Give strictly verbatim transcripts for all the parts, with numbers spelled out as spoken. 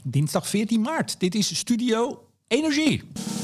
dinsdag veertien maart. Dit is Studio Energie.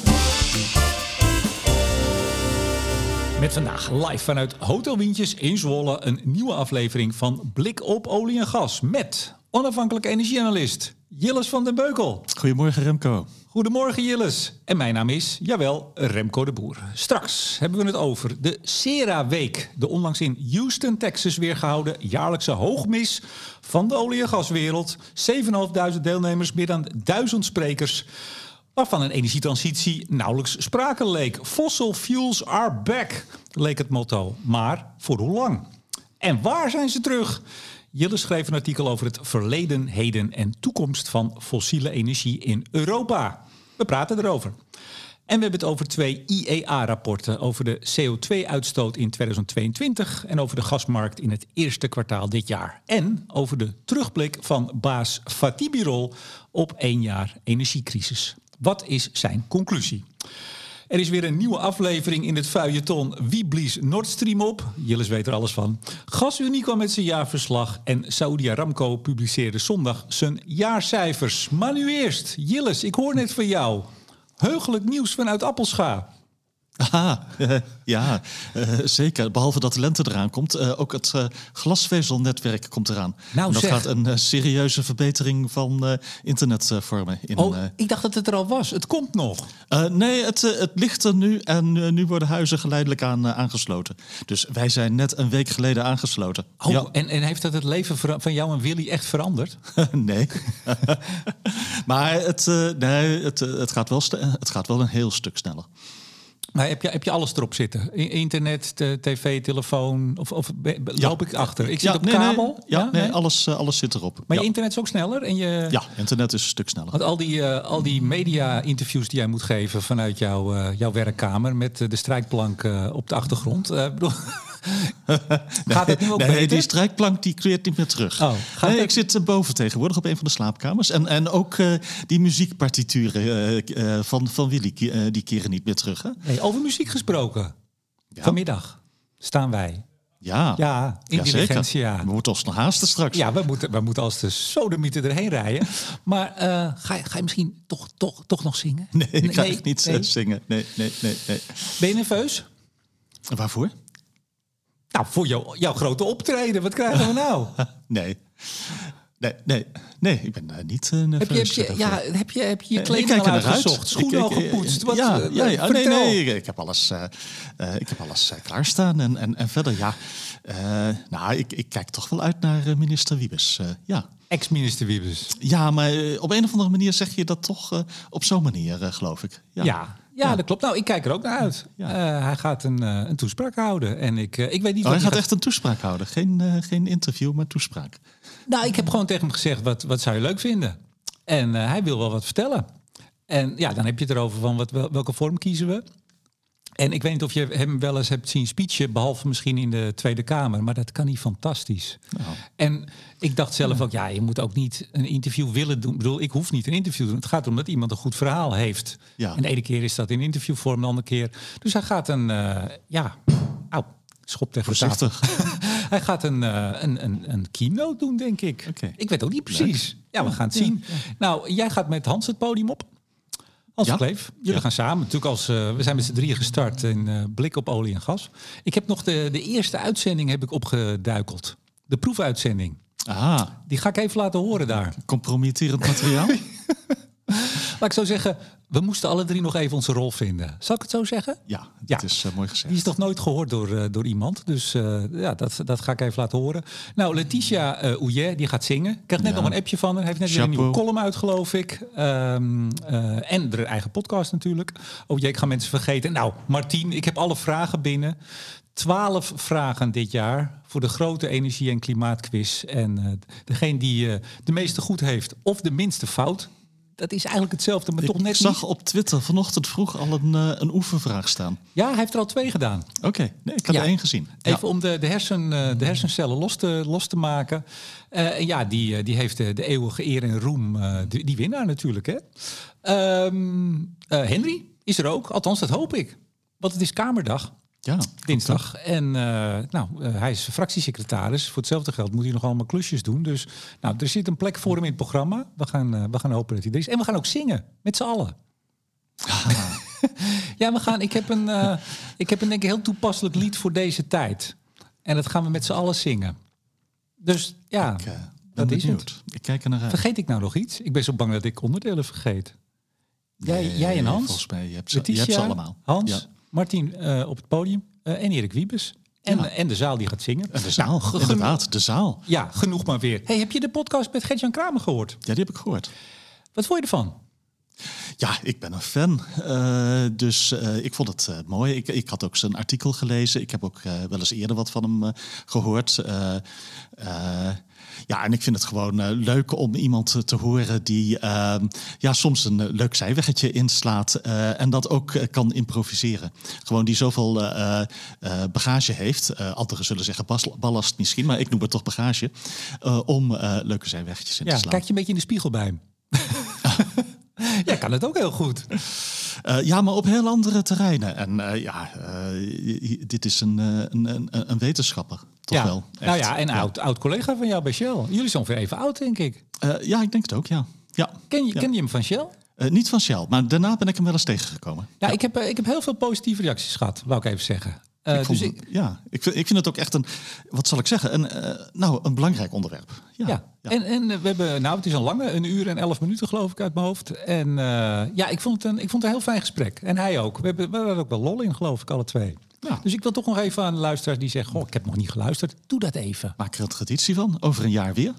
Met vandaag live vanuit Hotel Wientjes in Zwolle een nieuwe aflevering van Blik op Olie en Gas met onafhankelijke energieanalist Jilles van den Beukel. Goedemorgen Remco. Goedemorgen Jilles. En mijn naam is, jawel, Remco de Boer. Straks hebben we het over de CERA-week. De onlangs in Houston, Texas weer gehouden jaarlijkse hoogmis van de olie- en gaswereld. zevenduizend deelnemers, meer dan duizend sprekers. Waarvan een energietransitie nauwelijks sprake leek. Fossil fuels are back, leek het motto. Maar voor hoe lang? En waar zijn ze terug? Jilles schreef een artikel over het verleden, heden en toekomst van fossiele energie in Europa. We praten erover. En we hebben het over twee I E A-rapporten over de C O twee uitstoot in tweeduizend tweeëntwintig... en over de gasmarkt in het eerste kwartaal dit jaar. En over de terugblik van baas Fatih Birol op één jaar energiecrisis. Wat is zijn conclusie? Er is weer een nieuwe aflevering in het feuilleton Wie blies Nord Stream op? Jilles weet er alles van. GasUnie kwam met zijn jaarverslag en Saudi Aramco publiceerde zondag zijn jaarcijfers. Maar nu eerst, Jilles, ik hoor net van jou. Heugelijk nieuws vanuit Appelscha. Aha, uh, ja, uh, zeker. Behalve dat de lente eraan komt, uh, ook het uh, glasvezelnetwerk komt eraan. Nou, en dat zeg. gaat een uh, serieuze verbetering van uh, internet uh, vormen. In, Oh, uh, ik dacht dat het er al was. Het komt nog. uh, nee, het, uh, het ligt er nu en uh, nu worden huizen geleidelijk aan uh, aangesloten. Dus wij zijn net een week geleden aangesloten. Oh, ja. en, en heeft dat het leven vera- van jou en Willy echt veranderd? Nee. Maar het, uh, nee, het, uh, het, gaat wel st- het gaat wel een heel stuk sneller. Maar heb je, heb je alles erop zitten? I- Internet, t- tv, telefoon? Of, of be- be- Ja. loop ik achter? Ik zit Ja, op nee, kabel. Nee, ja, nee, Alles, uh, alles zit erop. Maar ja. je internet is ook sneller? En je... Ja, internet is een stuk sneller. Want al die, uh, al die media-interviews die jij moet geven vanuit jouw, uh, jouw werkkamer... met uh, de strijkplank uh, op de achtergrond... Uh, bedoel, gaat het nu ook nee, beter? die strijkplank die keert niet meer terug. Oh, gaat nee, het- Ik zit uh, boven tegenwoordig op een van de slaapkamers. En, en ook uh, die muziekpartituren uh, uh, van, van Willy, uh, die keren niet meer terug. Hè? Nee, over muziek gesproken. Ja. Vanmiddag staan wij. Ja, Ja, in ja, die zeker. regentie, ja. We moeten ons nog haasten straks. Ja, we moeten, we moeten als de sodemieter erheen rijden. Maar uh, ga, je- ga je misschien toch, toch, toch nog zingen? Nee, ik ga Nee, echt niet nee. uh, zingen. Nee, nee, nee, nee. Ben je nerveus? Waarvoor? Nou, voor jou, jouw grote optreden. Wat krijgen we nou? Nee. Nee, nee, nee, ik ben uh, niet uh, heb, nerveus. je, heb, je, ja, heb, je, heb je je Ik kleding kijk al er naar uit. uitgezocht? Schoenen al Ik- ik- gepoetst? Wat, ja, uh, ja, ja, nee, vertel. nee, ik heb alles, uh, uh, ik heb alles uh, klaarstaan. En, en, en verder, ja, uh, nou, ik, ik kijk toch wel uit naar uh, minister Wiebes. Uh, ja. Ex-minister Wiebes. ja, maar uh, op een of andere manier zeg je dat toch uh, op zo'n manier, uh, geloof ik. Ja. Ja, ja, dat klopt. Nou, ik kijk er ook naar uit. Ja. Uh, hij gaat een, uh, een toespraak houden. En ik, uh, ik weet niet Oh, wat hij gaat hij echt een toespraak houden. Geen, uh, geen interview, maar toespraak. Nou, ik heb gewoon tegen hem gezegd, wat, wat zou je leuk vinden? En uh, hij wil wel wat vertellen. En ja, dan heb je het erover van wat, wel- welke vorm kiezen we. En ik weet niet of je hem wel eens hebt zien speechen, behalve misschien in de Tweede Kamer. Maar dat kan hij fantastisch. Nou. En ik dacht zelf ook, ja, je moet ook niet een interview willen doen. Ik bedoel, ik hoef niet een interview te doen. Het gaat erom dat iemand een goed verhaal heeft. Ja. En de ene keer is dat in interviewvorm, de andere keer. Dus hij gaat een, uh, ja, auw, schop tegen de tafel. Voorzichtig. Hij gaat een, uh, een, een, een keynote doen, denk ik. Oké. Ik weet ook niet precies. Ja, we gaan het Ja, zien. Nou, jij gaat met Hans het podium op. Hans Ja. Kleef. Jullie Ja. gaan samen. Natuurlijk als, uh, we zijn met z'n drieën gestart in uh, Blik op Olie en Gas. Ik heb nog de, de eerste uitzending heb ik opgeduikeld. De proefuitzending. Ah, Die ga ik even laten horen daar. compromitterend materiaal. Laat ik zo zeggen, we moesten alle drie nog even onze rol vinden. Zal ik het zo zeggen? Ja, dat Ja. is uh, mooi gezegd. Die is nog nooit gehoord door, uh, door iemand. Dus uh, ja, dat, dat ga ik even laten horen. Nou, Letitia uh, Ouillet, die gaat zingen. Ik kreeg net Ja. nog een appje van haar. Heeft net weer een Chapeau. nieuwe column uit, geloof ik. Um, uh, en haar eigen podcast natuurlijk. Oh jee, ik ga mensen vergeten. Nou, Martien, ik heb alle vragen binnen. Twaalf vragen dit jaar voor de grote energie- en klimaatquiz. En uh, degene die uh, de meeste goed heeft of de minste fout... Dat is eigenlijk hetzelfde, maar Ik toch net zag niet. op Twitter vanochtend vroeg al een, uh, een oefenvraag staan. Ja, hij heeft er al twee gedaan. Oké, okay. nee, ik had Ja. er één gezien. Even Ja. om de, de, hersen, uh, de hersencellen los te, los te maken. Uh, en ja, die, uh, die heeft de, de eeuwige eer en roem. Uh, die, die winnaar natuurlijk, hè. Um, uh, Henry is er ook. Althans, dat hoop ik. Want het is Kamerdag. Ja, dinsdag. En uh, nou, uh, hij is fractiesecretaris. Voor hetzelfde geld moet hij nog allemaal klusjes doen. Dus nou, er zit een plek voor hem in het programma. We gaan, uh, we gaan hopen dat hij er is. En we gaan ook zingen, met z'n allen. ja, we gaan. Ik heb een, uh, ik heb een denk ik heel toepasselijk lied voor deze tijd. En dat gaan we met z'n allen zingen. Dus ja, ik, uh, dat benieuwd. is het. Ik kijk er naar uit. Vergeet ik nou nog iets? Ik ben zo bang dat ik onderdelen vergeet. Jij, nee, jij en Hans. Volgens mij, je hebt ze, Letitia, je hebt ze allemaal. Hans, ja. Martin uh, op het podium uh, en Erik Wiebes. En, ja. en de zaal die gaat zingen. En de zaal, nou, inderdaad, de zaal. Ja, genoeg maar weer. Hey, heb je de podcast met Gert-Jan Kramer gehoord? Ja, die heb ik gehoord. Wat vond je ervan? Ja, ik ben een fan. Uh, dus uh, ik vond het uh, mooi. Ik, ik had ook zijn artikel gelezen. Ik heb ook uh, wel eens eerder wat van hem uh, gehoord. Uh, uh, ja, en ik vind het gewoon uh, leuk om iemand te horen die uh, ja, soms een uh, leuk zijweggetje inslaat uh, en dat ook uh, kan improviseren. Gewoon die zoveel uh, uh, bagage heeft. Uh, anderen zullen zeggen bas- ballast misschien, maar ik noem het toch bagage. Uh, om uh, leuke zijweggetjes in ja, te slaan. Kijk je een beetje in de spiegel bij hem. Jij kan het ook heel goed. Uh, ja, maar op heel andere terreinen. En uh, ja, uh, dit is een, uh, een, een, een wetenschapper, toch ja. wel. Echt. Nou ja, en ja. oud, oud collega van jou bij Shell. Jullie zijn ongeveer even oud, denk ik. Uh, ja, ik denk het ook, ja. ja. Ken, je, ja. ken je hem van Shell? Uh, niet van Shell, maar daarna ben ik hem wel eens tegengekomen. Ja, ja. Ik, heb, uh, ik heb heel veel positieve reacties gehad, wou ik even zeggen. Uh, ik vond, dus ik, ja, ik vind, ik vind het ook echt een, wat zal ik zeggen, een, uh, nou, een belangrijk onderwerp. Ja, ja. ja. En, en we hebben, nou, het is een lange, een uur en elf minuten geloof ik uit mijn hoofd. En uh, ja, ik vond, het een, ik vond het een heel fijn gesprek. En hij ook. We hebben, we hadden ook wel lol in, geloof ik, alle twee. Ja. Dus ik wil toch nog even aan de luisteraars die zeggen, goh, ik heb nog niet geluisterd. Doe dat even. Maak er een traditie van, over een jaar weer.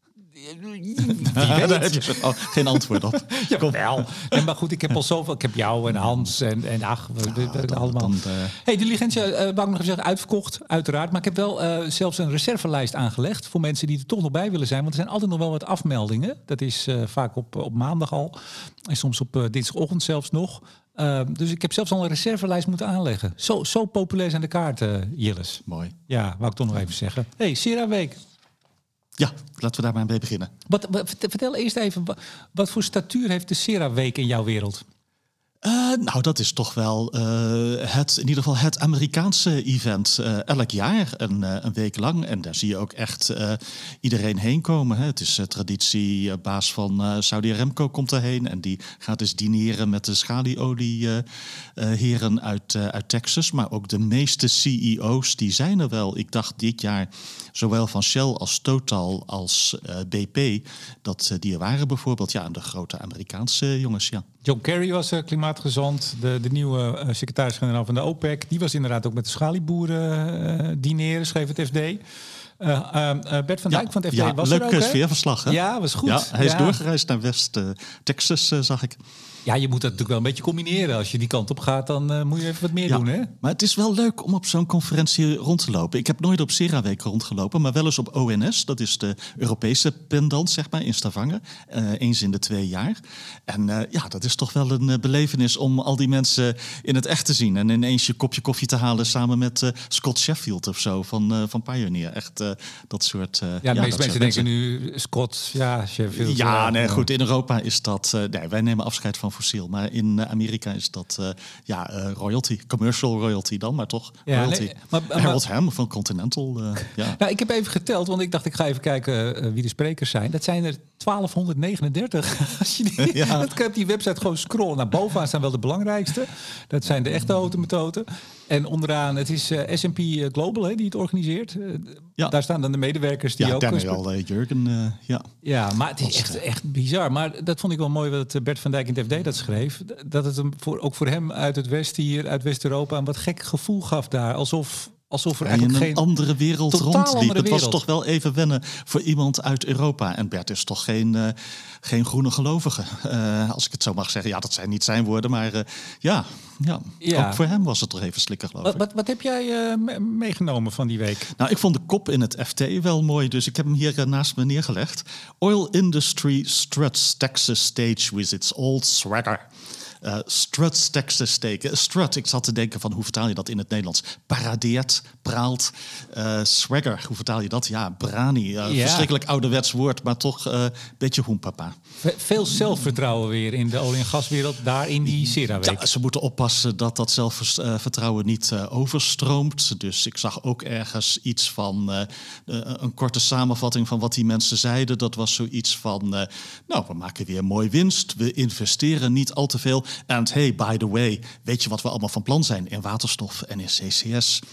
Wie weet. Daar heb je zo, oh, geen antwoord op. Jawel. En maar goed, ik heb al zoveel. Ik heb jou en Hans en, en ach, we, we, we, ja, dan, allemaal. Dan, uh... Hey, de Diligentia, uh, wou ik nog even zeggen, uitverkocht, uiteraard. Maar ik heb wel uh, zelfs een reservelijst aangelegd voor mensen die er toch nog bij willen zijn. Want er zijn altijd nog wel wat afmeldingen. Dat is uh, vaak op, op maandag al. En soms op uh, dinsdagochtend zelfs nog. Uh, dus ik heb zelfs al een reservelijst moeten aanleggen. Zo, zo populair zijn de kaarten, uh, Jilles. Mooi. Ja, wou ik toch nog even zeggen. Hey, Sera Week. Ja, laten we daar maar mee beginnen. Wat, wat, vertel eerst even, wat, wat voor statuur heeft de Sera Week in jouw wereld? Uh, nou, dat is toch wel uh, het, in ieder geval het Amerikaanse event uh, elk jaar, een, uh, een week lang. En daar zie je ook echt uh, iedereen heen komen. Hè. Het is uh, traditie, uh, baas van uh, Saudi Aramco komt erheen en die gaat eens dineren met de schalieolie uh, uh, heren uit, uh, uit Texas. Maar ook de meeste C E O's, die zijn er wel. Ik dacht dit jaar, zowel van Shell als Total als uh, B P, dat uh, die er waren bijvoorbeeld. Ja, en de grote Amerikaanse jongens, ja. John Kerry was uh, klimaatgezant, de, de nieuwe uh, secretaris-generaal van de OPEC. Die was inderdaad ook met de schalieboeren uh, dineren, schreef het F D. Uh, uh, Bert van Dijk ja, van het F D ja, was leuk er ook, hè? Sfeerverslag, hè? Ja, was goed. Ja, hij is ja. doorgereisd naar West-Texas, uh, uh, zag ik. Ja, je moet dat natuurlijk wel een beetje combineren. Als je die kant op gaat, dan uh, moet je even wat meer ja, doen, hè? Maar het is wel leuk om op zo'n conferentie rond te lopen. Ik heb nooit op Sera-week rondgelopen, maar wel eens op O N S. Dat is de Europese pendant, zeg maar, in Stavanger. Uh, eens in de twee jaar. En uh, ja, dat is toch wel een uh, belevenis om al die mensen in het echt te zien. En ineens je kopje koffie te halen samen met uh, Scott Sheffield of zo van, uh, van Pioneer. Echt uh, dat soort... Uh, ja, de ja, meeste mensen denken nu Scott, ja, Sheffield. Ja, ja, nee, ja. goed. In Europa is dat... Uh, nee, wij nemen afscheid van fossiel. Maar in Amerika is dat uh, ja, uh, royalty. Commercial royalty dan, maar toch ja, royalty. Nee, maar, maar, Harold Ham van Continental. Uh, ja. Nou, ik heb even geteld, want ik dacht ik ga even kijken uh, wie de sprekers zijn. Dat zijn er twaalfhonderdnegenendertig. Als je die, ja. dat kan op die website gewoon scrollen. Naar bovenaan staan wel de belangrijkste. Dat zijn de echte hotemetoten. En onderaan, het is uh, S en P Global hè, die het organiseert. Uh, ja. Daar staan dan de medewerkers die ja, ook... Daniel uh, Jurgen, uh, ja. Ja, maar het is echt, echt bizar. Maar dat vond ik wel mooi wat Bert van Dijk in het F D dat schreef. Dat het hem voor, ook voor hem uit het Westen hier, uit West-Europa, een wat gek gevoel gaf daar. Alsof... Alsof er eigenlijk in een geen andere wereld rondliep. Het was wereld. toch wel even wennen voor iemand uit Europa. En Bert is toch geen, uh, geen groene gelovige, uh, als ik het zo mag zeggen. Ja, dat zijn niet zijn woorden, maar uh, ja, ja. ja, ook voor hem was het toch even slikken, geloof wat, ik. Wat, wat heb jij uh, meegenomen van die week? Nou, ik vond de kop in het F T wel mooi, dus ik heb hem hier uh, naast me neergelegd. Oil industry struts Texas stage with its old swagger. uh, struts Texas steken. Strut, ik zat te denken van hoe vertaal je dat in het Nederlands? Paradeert, praalt. Uh, swagger, hoe vertaal je dat? Ja, brani. Uh, ja. Verschrikkelijk ouderwets woord, maar toch een uh, beetje hoenpapa. Veel zelfvertrouwen weer in de olie- en gaswereld, daar in die Cera-week. Ja, ze moeten oppassen dat dat zelfvertrouwen niet uh, overstroomt. Dus ik zag ook ergens iets van uh, een korte samenvatting van wat die mensen zeiden. Dat was zoiets van, uh, nou, we maken weer mooi winst. We investeren niet al te veel. En hey, by the way, weet je wat we allemaal van plan zijn? In waterstof en in C C S.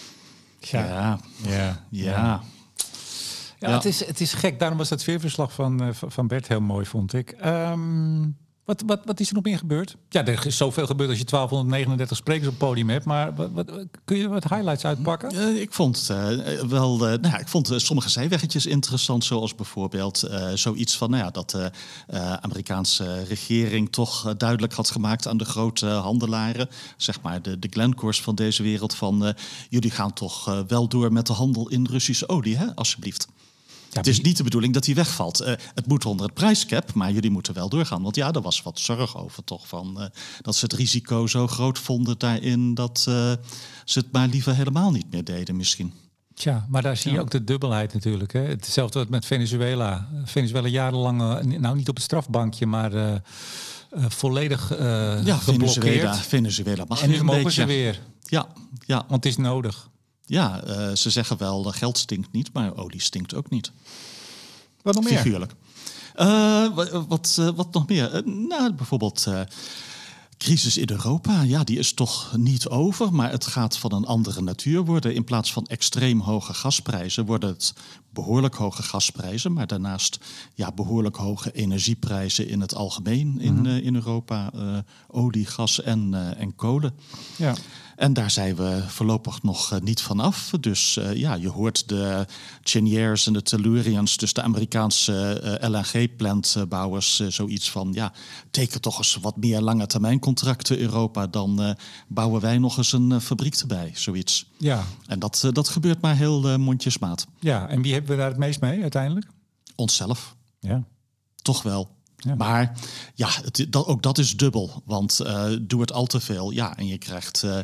Ja, ja, ja. ja. ja. Ja, het is, het is gek. Daarom was dat veerverslag van, uh, van Bert heel mooi, vond ik. Um, wat, wat, wat is er nog meer gebeurd? Ja, er is zoveel gebeurd als je twaalfhonderdnegenendertig sprekers op het podium hebt. Maar wat, wat, kun je wat highlights uitpakken? Uh, ik vond uh, wel, uh, nou ja, ik vond uh, sommige zijweggetjes interessant. Zoals bijvoorbeeld uh, zoiets van, nou ja, dat de uh, Amerikaanse regering toch uh, duidelijk had gemaakt aan de grote uh, handelaren. Zeg maar de, de Glencores van deze wereld. Van uh, jullie gaan toch uh, wel door met de handel in Russische olie, hè, alsjeblieft. Ja, het is niet de bedoeling dat die wegvalt. Uh, het moet onder het prijscap, maar jullie moeten wel doorgaan. Want ja, er was wat zorg over toch van uh, dat ze het risico zo groot vonden daarin dat uh, ze het maar liever helemaal niet meer deden misschien. Tja, maar daar zie je ja. ook de dubbelheid natuurlijk. Hè? Hetzelfde wat met Venezuela. Venezuela jarenlang, uh, nou niet op het strafbankje, maar uh, uh, volledig uh, ja, geblokkeerd. Venezuela, Venezuela mag en nu mogen beetje. ze weer. Ja, ja. Want het is nodig. Ja, uh, ze zeggen wel, geld stinkt niet, maar olie stinkt ook niet. Wat nog meer? Figuurlijk. Uh, wat, wat, uh, wat nog meer? Uh, nou, bijvoorbeeld uh, crisis in Europa. Ja, die is toch niet over, maar het gaat van een andere natuur worden. In plaats van extreem hoge gasprijzen worden het behoorlijk hoge gasprijzen, maar daarnaast ja, behoorlijk hoge energieprijzen in het algemeen in, mm-hmm. uh, in Europa. Uh, olie, gas en, uh, en kolen. Ja. En daar zijn we voorlopig nog uh, niet vanaf. Dus uh, ja, je hoort de Cheniers en de Tellurians, dus de Amerikaanse uh, L N G-plantbouwers, uh, zoiets van, ja, teken toch eens wat meer lange termijn contracten Europa, dan uh, bouwen wij nog eens een uh, fabriek erbij, zoiets. Ja. En dat, uh, dat gebeurt maar heel uh, mondjesmaat. Ja, en wie hebben we daar het meest mee uiteindelijk? Onszelf. Ja. Toch wel. Ja. Maar ja, het, dat, ook dat is dubbel. Want uh, doe het al te veel. Ja, en je krijgt uh,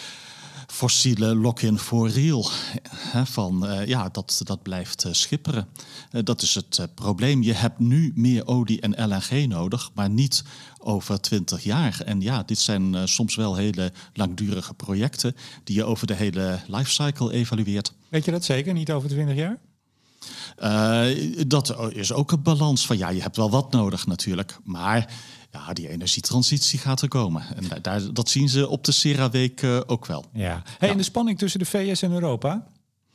fossiele lock-in for real. He, van, uh, ja, dat, dat blijft uh, schipperen. Uh, dat is het uh, probleem. Je hebt nu meer olie en L N G nodig, maar niet over twintig jaar. En ja, dit zijn uh, soms wel hele langdurige projecten die je over de hele lifecycle evalueert. Weet je dat zeker? Niet over twintig jaar? Uh, dat is ook een balans van, ja, je hebt wel wat nodig natuurlijk. Maar ja, die energietransitie gaat er komen. En daar, dat zien ze op de Cera-week uh, ook wel. Ja. Hey, ja. En de spanning tussen de V S en Europa?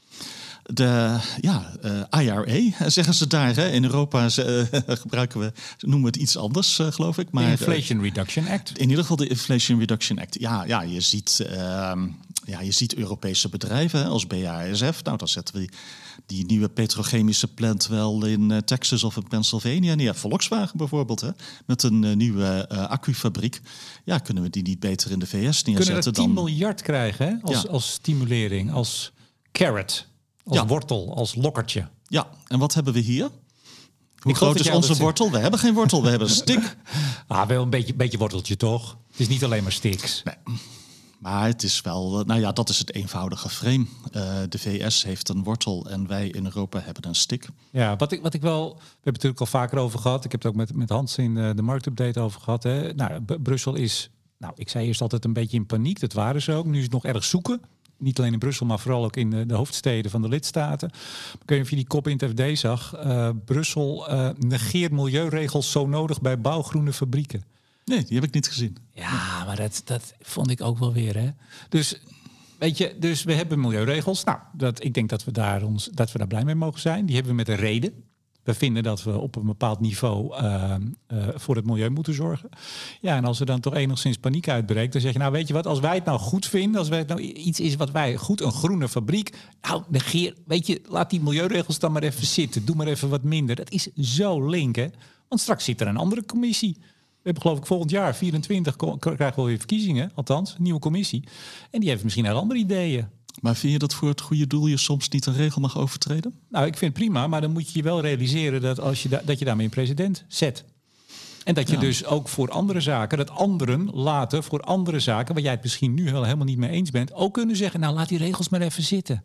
De ja, uh, I R A, zeggen ze daar. Hè. In Europa uh, gebruiken we, noemen we het iets anders, uh, geloof ik. Maar, de Inflation uh, Reduction Act. In ieder geval de Inflation Reduction Act. Ja, ja je ziet... Uh, Ja, je ziet Europese bedrijven hè, als B A S F. Nou, dan zetten we die, die nieuwe petrochemische plant wel in uh, Texas of in Pennsylvania neer. Volkswagen bijvoorbeeld, hè, met een uh, nieuwe uh, accufabriek. Ja, kunnen we die niet beter in de V S neerzetten? Kunnen we tien dan... miljard krijgen hè? Als, ja. als stimulering, als carrot, als ja. wortel, als lokkertje. Ja, en wat hebben we hier? Hoe groot is onze wortel? We hebben geen wortel, we hebben een stick. Ah, wel een beetje, beetje worteltje toch? Het is niet alleen maar sticks. Nee. Maar het is wel, nou ja, dat is het eenvoudige frame. Uh, de V S heeft een wortel en wij in Europa hebben een stick. Ja, wat ik, wat ik wel, we hebben het natuurlijk al vaker over gehad. Ik heb het ook met, met Hans in de, de marktupdate over gehad. Hè. Nou, B- Brussel is, nou, ik zei eerst altijd een beetje in paniek. Dat waren ze ook. Nu is het nog erg zoeken. Niet alleen in Brussel, maar vooral ook in de, de hoofdsteden van de lidstaten. Ik weet niet of je die kop in het F D zag. Uh, Brussel uh, negeert milieuregels zo nodig bij bouwgroene fabrieken. Nee, die heb ik niet gezien. Ja, maar dat, dat vond ik ook wel weer. Hè? Dus, weet je, dus we hebben milieuregels. Nou, dat, ik denk dat we, daar ons, dat we daar blij mee mogen zijn. Die hebben we met een reden. We vinden dat we op een bepaald niveau uh, uh, voor het milieu moeten zorgen. Ja, en als er dan toch enigszins paniek uitbreekt, dan zeg je, nou weet je wat, als wij het nou goed vinden, als wij het nou iets is wat wij goed, een groene fabriek, nou negeer, weet je, laat die milieuregels dan maar even zitten. Doe maar even wat minder. Dat is zo link, hè? Want straks zit er een andere commissie. We hebben geloof ik volgend jaar, vierentwintig, krijgen we weer verkiezingen. Althans, een nieuwe commissie. En die heeft misschien heel andere ideeën. Maar vind je dat voor het goede doel je soms niet een regel mag overtreden? Nou, ik vind het prima, maar dan moet je je wel realiseren dat, als je da- dat je daarmee een president zet. En dat je Ja. dus ook voor andere zaken, dat anderen later voor andere zaken, waar jij het misschien nu wel helemaal niet mee eens bent, ook kunnen zeggen, nou laat die regels maar even zitten.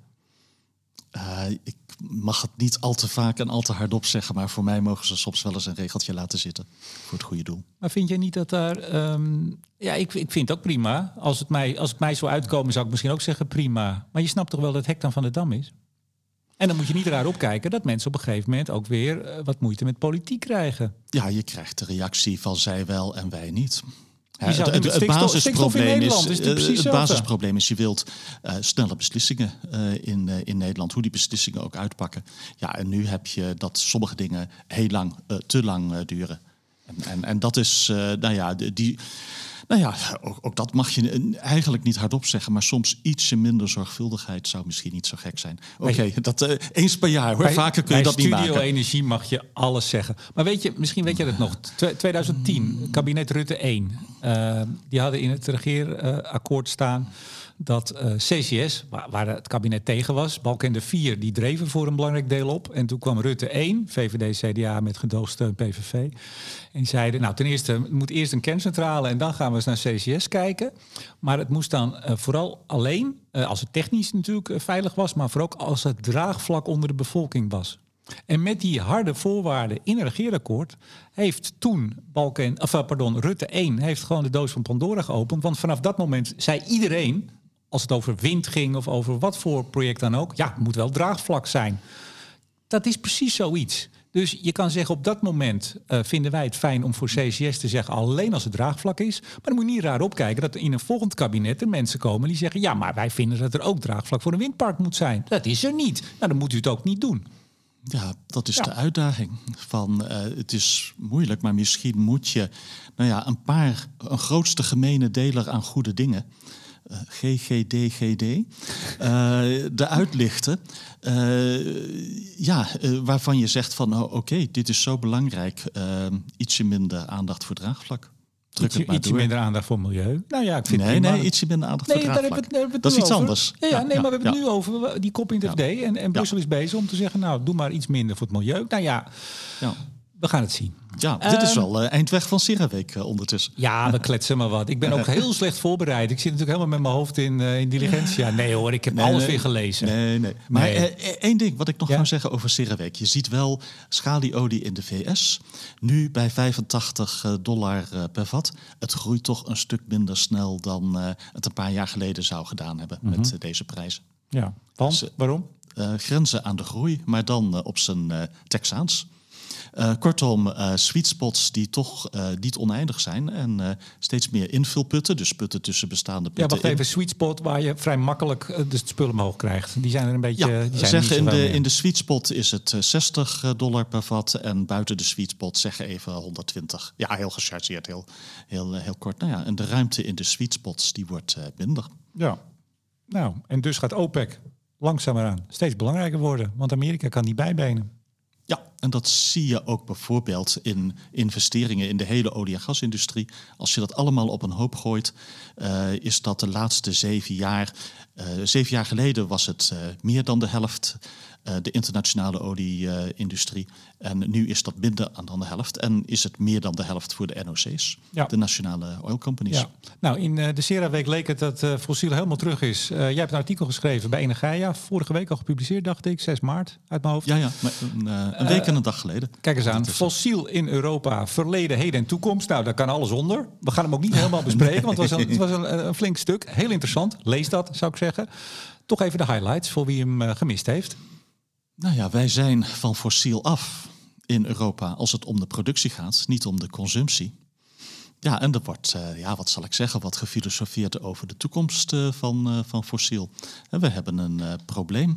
Uh, ik mag het niet al te vaak en al te hardop zeggen, maar voor mij mogen ze soms wel eens een regeltje laten zitten voor het goede doel. Maar vind jij niet dat daar... Um, ja, ik, ik vind het ook prima. Als het, mij, als het mij zou uitkomen, zou ik misschien ook zeggen prima. Maar je snapt toch wel dat het hek dan van de dam is? En dan moet je niet raar opkijken dat mensen op een gegeven moment ook weer uh, wat moeite met politiek krijgen. Ja, je krijgt de reactie van zij wel en wij niet. Ja, het, het, het basisprobleem is, is het, het basisprobleem is, je wilt uh, snelle beslissingen uh, in, uh, in Nederland, hoe die beslissingen ook uitpakken. Ja, en nu heb je dat sommige dingen heel lang, uh, te lang uh, duren. En, en, en dat is, uh, nou ja, die... Nou ja, ook, ook dat mag je eigenlijk niet hardop zeggen, maar soms ietsje minder zorgvuldigheid zou misschien niet zo gek zijn. Oké, okay, dat uh, eens per jaar hoor. Bij, Vaker kun je dat niet maken. Bij Studio Energie mag je alles zeggen. Maar weet je, misschien weet je dat nog. twintig tien, kabinet Rutte één. Uh, die hadden in het regeerakkoord staan dat uh, C C S, waar, waar het kabinet tegen was, Balkenende vier, die dreven voor een belangrijk deel op. En toen kwam Rutte één, V V D, C D A met gedoogsteun P V V. En die zeiden, nou ten eerste, het moet eerst een kerncentrale en dan gaan we eens naar C C S kijken. Maar het moest dan uh, vooral alleen, uh, als het technisch natuurlijk uh, veilig was, maar vooral ook als het draagvlak onder de bevolking was. En met die harde voorwaarden in een regeerakkoord heeft toen Balken, of, pardon, Rutte één heeft gewoon de doos van Pandora geopend. Want vanaf dat moment zei iedereen, als het over wind ging of over wat voor project dan ook, ja, het moet wel draagvlak zijn. Dat is precies zoiets. Dus je kan zeggen, op dat moment uh, vinden wij het fijn om voor C C S te zeggen alleen als het draagvlak is. Maar dan moet je niet raar opkijken dat er in een volgend kabinet er mensen komen die zeggen, ja, maar wij vinden dat er ook draagvlak voor een windpark moet zijn. Dat is er niet. Nou, dan moet u het ook niet doen. Ja, dat is ja. de uitdaging. Van, uh, het is moeilijk, maar misschien moet je nou ja, een paar, een grootste gemene deler aan goede dingen, uh, G G D G D, uh, de uitlichten. Uh, ja, uh, waarvan je zegt van, oh, oké, okay, dit is zo belangrijk. Uh, ietsje minder aandacht voor draagvlak. Druk ietsje ietsje minder aandacht voor milieu. Nou ja, ik vind nee, nee, ietsje minder aandacht nee, voor draagvlak. Daar hebben we, daar hebben we dat is iets over. anders. Ja, ja, nee, ja, maar we hebben ja. het nu over die kop in het F D. Ja. En, en Brussel ja. is bezig om te zeggen, nou, doe maar iets minder voor het milieu. Nou ja, ja. we gaan het zien. Ja, dit is wel uh, eindweg van CeraWeek uh, ondertussen. Ja, we kletsen maar wat. Ik ben ook heel slecht voorbereid. Ik zit natuurlijk helemaal met mijn hoofd in, uh, in diligentia. Nee hoor, ik heb nee, alles nee, weer gelezen. Nee, nee. Maar nee. Uh, één ding wat ik nog ja? ga zeggen over CeraWeek. Je ziet wel schalieolie in de V S. Nu bij vijfentachtig dollar uh, per vat. Het groeit toch een stuk minder snel dan uh, het een paar jaar geleden zou gedaan hebben mm-hmm. met uh, deze prijzen. Ja, want? Dus, uh, waarom? Uh, grenzen aan de groei, maar dan uh, op zijn uh, Texaans. Uh, kortom, uh, sweet spots die toch uh, niet oneindig zijn en uh, steeds meer invulputten, dus putten tussen bestaande putten. Ja, wacht even, sweet spot waar je vrij makkelijk uh, de spullen omhoog krijgt. Die zijn er een beetje. Ja, die zijn zeggen in, de, in de sweet spot is het uh, zestig dollar per vat en buiten de sweet spot zeggen even honderdtwintig. Ja, heel gechargeerd, heel, heel, heel kort. Nou ja, en de ruimte in de sweet spots die wordt uh, minder. Ja, nou, en dus gaat OPEC langzameraan steeds belangrijker worden, want Amerika kan niet bijbenen. Ja, en dat zie je ook bijvoorbeeld in investeringen in de hele olie- en gasindustrie. Als je dat allemaal op een hoop gooit, uh, is dat de laatste zeven jaar... Uh, zeven jaar geleden was het uh, meer dan de helft, uh, de internationale olie-industrie. Uh, en nu is dat minder dan de helft. En is het meer dan de helft voor de N O C's, ja. de nationale oil companies. Ja. Nou, in uh, de CeraWeek leek het dat uh, fossiel helemaal terug is. Uh, jij hebt een artikel geschreven bij Energia, vorige week al gepubliceerd, dacht ik, zes maart uit mijn hoofd. Ja, ja, maar een, uh, een week uh, en een dag geleden. Kijk eens aan, fossiel in Europa, verleden, heden en toekomst. Nou, daar kan alles onder. We gaan hem ook niet helemaal bespreken, nee. want het was, een, het was een, een flink stuk. Heel interessant, lees dat, zou ik zeggen. Toch even de highlights voor wie hem uh, gemist heeft. Nou ja, wij zijn van fossiel af in Europa als het om de productie gaat, niet om de consumptie. Ja, en er wordt, uh, ja, wat zal ik zeggen, wat gefilosofeerd over de toekomst uh, van, uh, van fossiel. En we hebben een uh, probleem.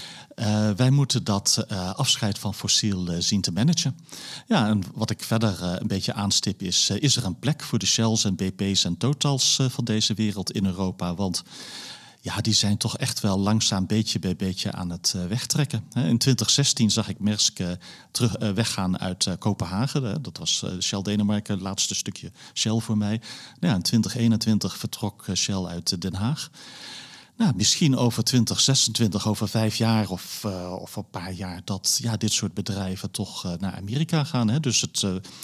Uh, wij moeten dat uh, afscheid van fossiel uh, zien te managen. Ja, en wat ik verder uh, een beetje aanstip is, uh, is er een plek voor de Shells en B P's en Totals uh, van deze wereld in Europa? Want ja, die zijn toch echt wel langzaam beetje bij beetje aan het uh, wegtrekken. In twintig zestien zag ik Maersk uh, terug uh, weggaan uit uh, Kopenhagen. Uh, dat was uh, Shell Denemarken, het laatste stukje Shell voor mij. Nou ja, in twintig eenentwintig vertrok uh, Shell uit uh, Den Haag. Nou, misschien over twintig zesentwintig, over vijf jaar of, uh, of een paar jaar, dat ja, dit soort bedrijven toch uh, naar Amerika gaan. Hè? Dus het uh,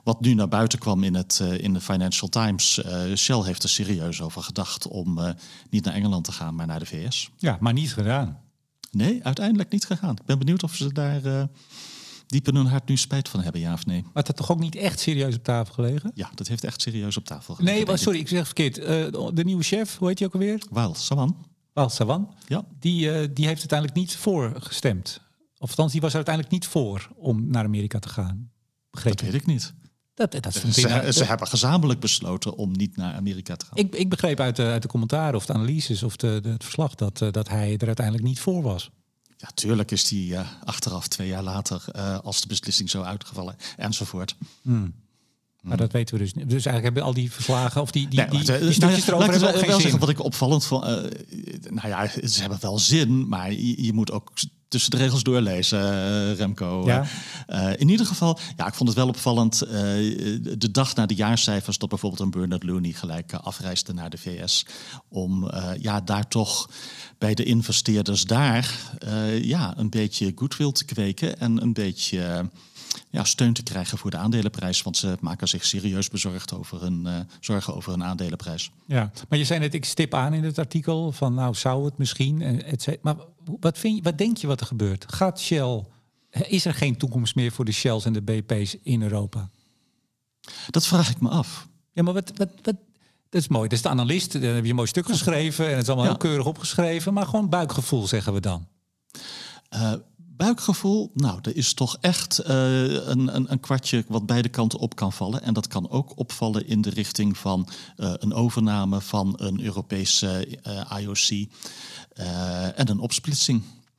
wat nu naar buiten kwam in, het, uh, in de Financial Times. Uh, Shell heeft er serieus over gedacht om uh, niet naar Engeland te gaan, maar naar de V S. Ja, maar niet gedaan. Nee, uiteindelijk niet gegaan. Ik ben benieuwd of ze daar uh, diep in hun hart nu spijt van hebben, ja of nee. Maar het had toch ook niet echt serieus op tafel gelegen? Ja, dat heeft echt serieus op tafel gelegen. Nee, maar, sorry, ik zeg verkeerd. Uh, de nieuwe chef, hoe heet hij ook alweer? Wael Sawan. Wael Sawan. Ja. Die, uh, die heeft uiteindelijk niet voor gestemd. Of althans, die was er uiteindelijk niet voor om naar Amerika te gaan. Begreep dat weet ik niet. Dat, dat ze, ze, ze hebben gezamenlijk besloten om niet naar Amerika te gaan. Ik, ik begreep uit de, uit de commentaren of de analyses of de, de, het verslag dat, uh, dat hij er uiteindelijk niet voor was. Ja, tuurlijk is die uh, achteraf twee jaar later, uh, als de beslissing zo uitgevallen, enzovoort. Hmm. Maar dat weten we dus niet. Dus eigenlijk hebben al die verslagen of die, die, nee, die, die, die stukjes nou ja, erover hebben ook wel geen zeggen, zin. Wat ik opvallend vond, uh, nou ja, ze hebben wel zin, maar je, je moet ook tussen de regels doorlezen, uh, Remco. Ja. Uh, in ieder geval, ja, ik vond het wel opvallend. Uh, de dag na de jaarcijfers dat bijvoorbeeld een Bernard Looney gelijk uh, afreisde naar de V S om uh, ja, daar toch bij de investeerders daar uh, ja, een beetje goodwill te kweken en een beetje Uh, Ja, steun te krijgen voor de aandelenprijs. Want ze maken zich serieus bezorgd over hun, uh, zorgen over hun aandelenprijs. Ja, maar je zei net, ik stip aan in het artikel van nou zou het misschien. Et cetera. Maar wat, vind je, wat denk je wat er gebeurt? Gaat Shell, is er geen toekomst meer voor de Shells en de B P's in Europa? Dat vraag ik me af. Ja, maar wat, wat, wat, dat is mooi. Dat is de analist, dan heb je een mooi stuk geschreven en het is allemaal ja. heel keurig opgeschreven. Maar gewoon buikgevoel zeggen we dan. Uh, Buikgevoel, nou, er is toch echt uh, een, een, een kwartje wat beide kanten op kan vallen. En dat kan ook opvallen in de richting van uh, een overname van een Europese uh, I O C uh, en een opsplitsing.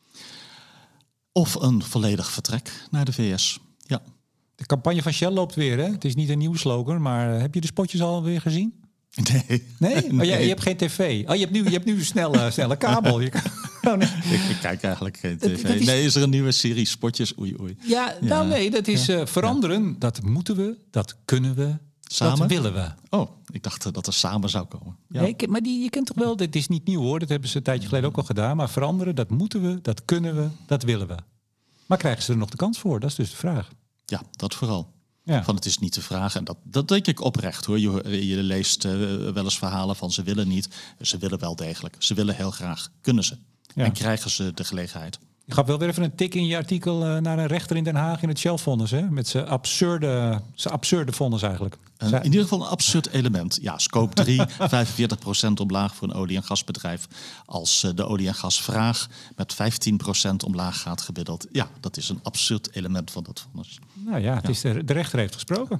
Of een volledig vertrek naar de V S. Ja. De campagne van Shell loopt weer, hè? Het is niet een nieuwe slogan, maar heb je de spotjes alweer gezien? Nee. Nee? Oh, nee. Je, je hebt geen tv. Oh, je hebt nu, je hebt nu een snelle, snelle kabel. Je kan, oh, nee. ik, ik kijk eigenlijk geen tv. Dat, dat is... Nee, is er een nieuwe serie spotjes? Oei, oei. Ja, ja. nou nee, dat is uh, veranderen. Ja. Dat moeten we, dat kunnen we, samen? Dat willen we. Oh, ik dacht uh, dat er samen zou komen. Ja. Nee, maar die, je kent toch wel, dit is niet nieuw hoor. Dat hebben ze een tijdje geleden ook al gedaan. Maar veranderen, dat moeten we, dat kunnen we, dat willen we. Maar krijgen ze er nog de kans voor? Dat is dus de vraag. Ja, dat vooral. Ja. Van het is niet de vraag. En dat, dat denk ik oprecht hoor. Je, je leest uh, wel eens verhalen van ze willen niet. Ze willen wel degelijk. Ze willen heel graag. Kunnen ze. Ja. En krijgen ze de gelegenheid. Je gaf wel weer even een tik in je artikel uh, naar een rechter in Den Haag in het Shell-vonnis. Hè? Met zijn absurde, zijn absurde vonnis eigenlijk. Uh, in ieder geval een absurd element. Ja, scope drie, vijfenveertig procent omlaag voor een olie- en gasbedrijf. Als uh, de olie- en gasvraag met vijftien procent omlaag gaat gemiddeld. Ja, dat is een absurd element van dat vonnis. Nou ja, het ja. Is de, de rechter heeft gesproken.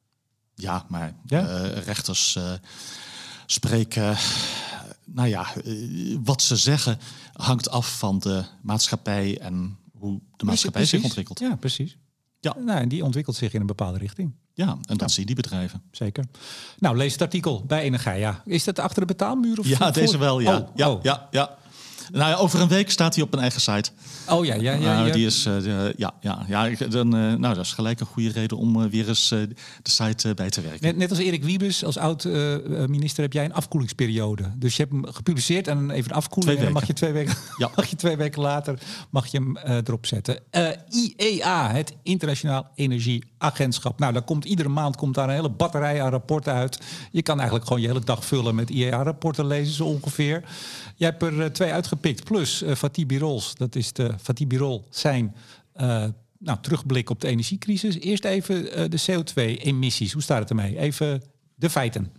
Ja, maar ja? Uh, rechters uh, spreken... Nou ja, wat ze zeggen hangt af van de maatschappij en hoe de maatschappij precies. zich ontwikkelt. Ja, precies. Ja. Nou, en die ontwikkelt zich in een bepaalde richting. Ja, en dat ja. zien die bedrijven. Zeker. Nou, lees het artikel bij Energia. Is dat achter de betaalmuur? Of ja, voor? deze wel, ja. Oh, ja, oh. ja, ja. Nou ja, over een week staat hij op mijn eigen site. Oh ja, ja, ja. Uh, ja. Die is, uh, uh, ja, ja, ja. Dan, uh, nou, dat is gelijk een goede reden om uh, weer eens uh, de site uh, bij te werken. Net, net als Erik Wiebes, als oud-minister, uh, heb jij een afkoelingsperiode. Dus je hebt hem gepubliceerd en even een afkoeling. En dan mag je twee weken, ja. mag je twee weken later mag je hem uh, erop zetten. Uh, I E A, het Internationaal Energieagentschap. Nou, daar komt iedere maand komt daar een hele batterij aan rapporten uit. Je kan eigenlijk gewoon je hele dag vullen met I E A-rapporten lezen, zo ongeveer. Jij hebt er uh, twee uitgepikt. Plus uh, Fatih Birol's, dat is de Fatih Birol, zijn uh, nou, terugblik op de energiecrisis. Eerst even uh, de C O twee emissies. Hoe staat het ermee? Even de feiten.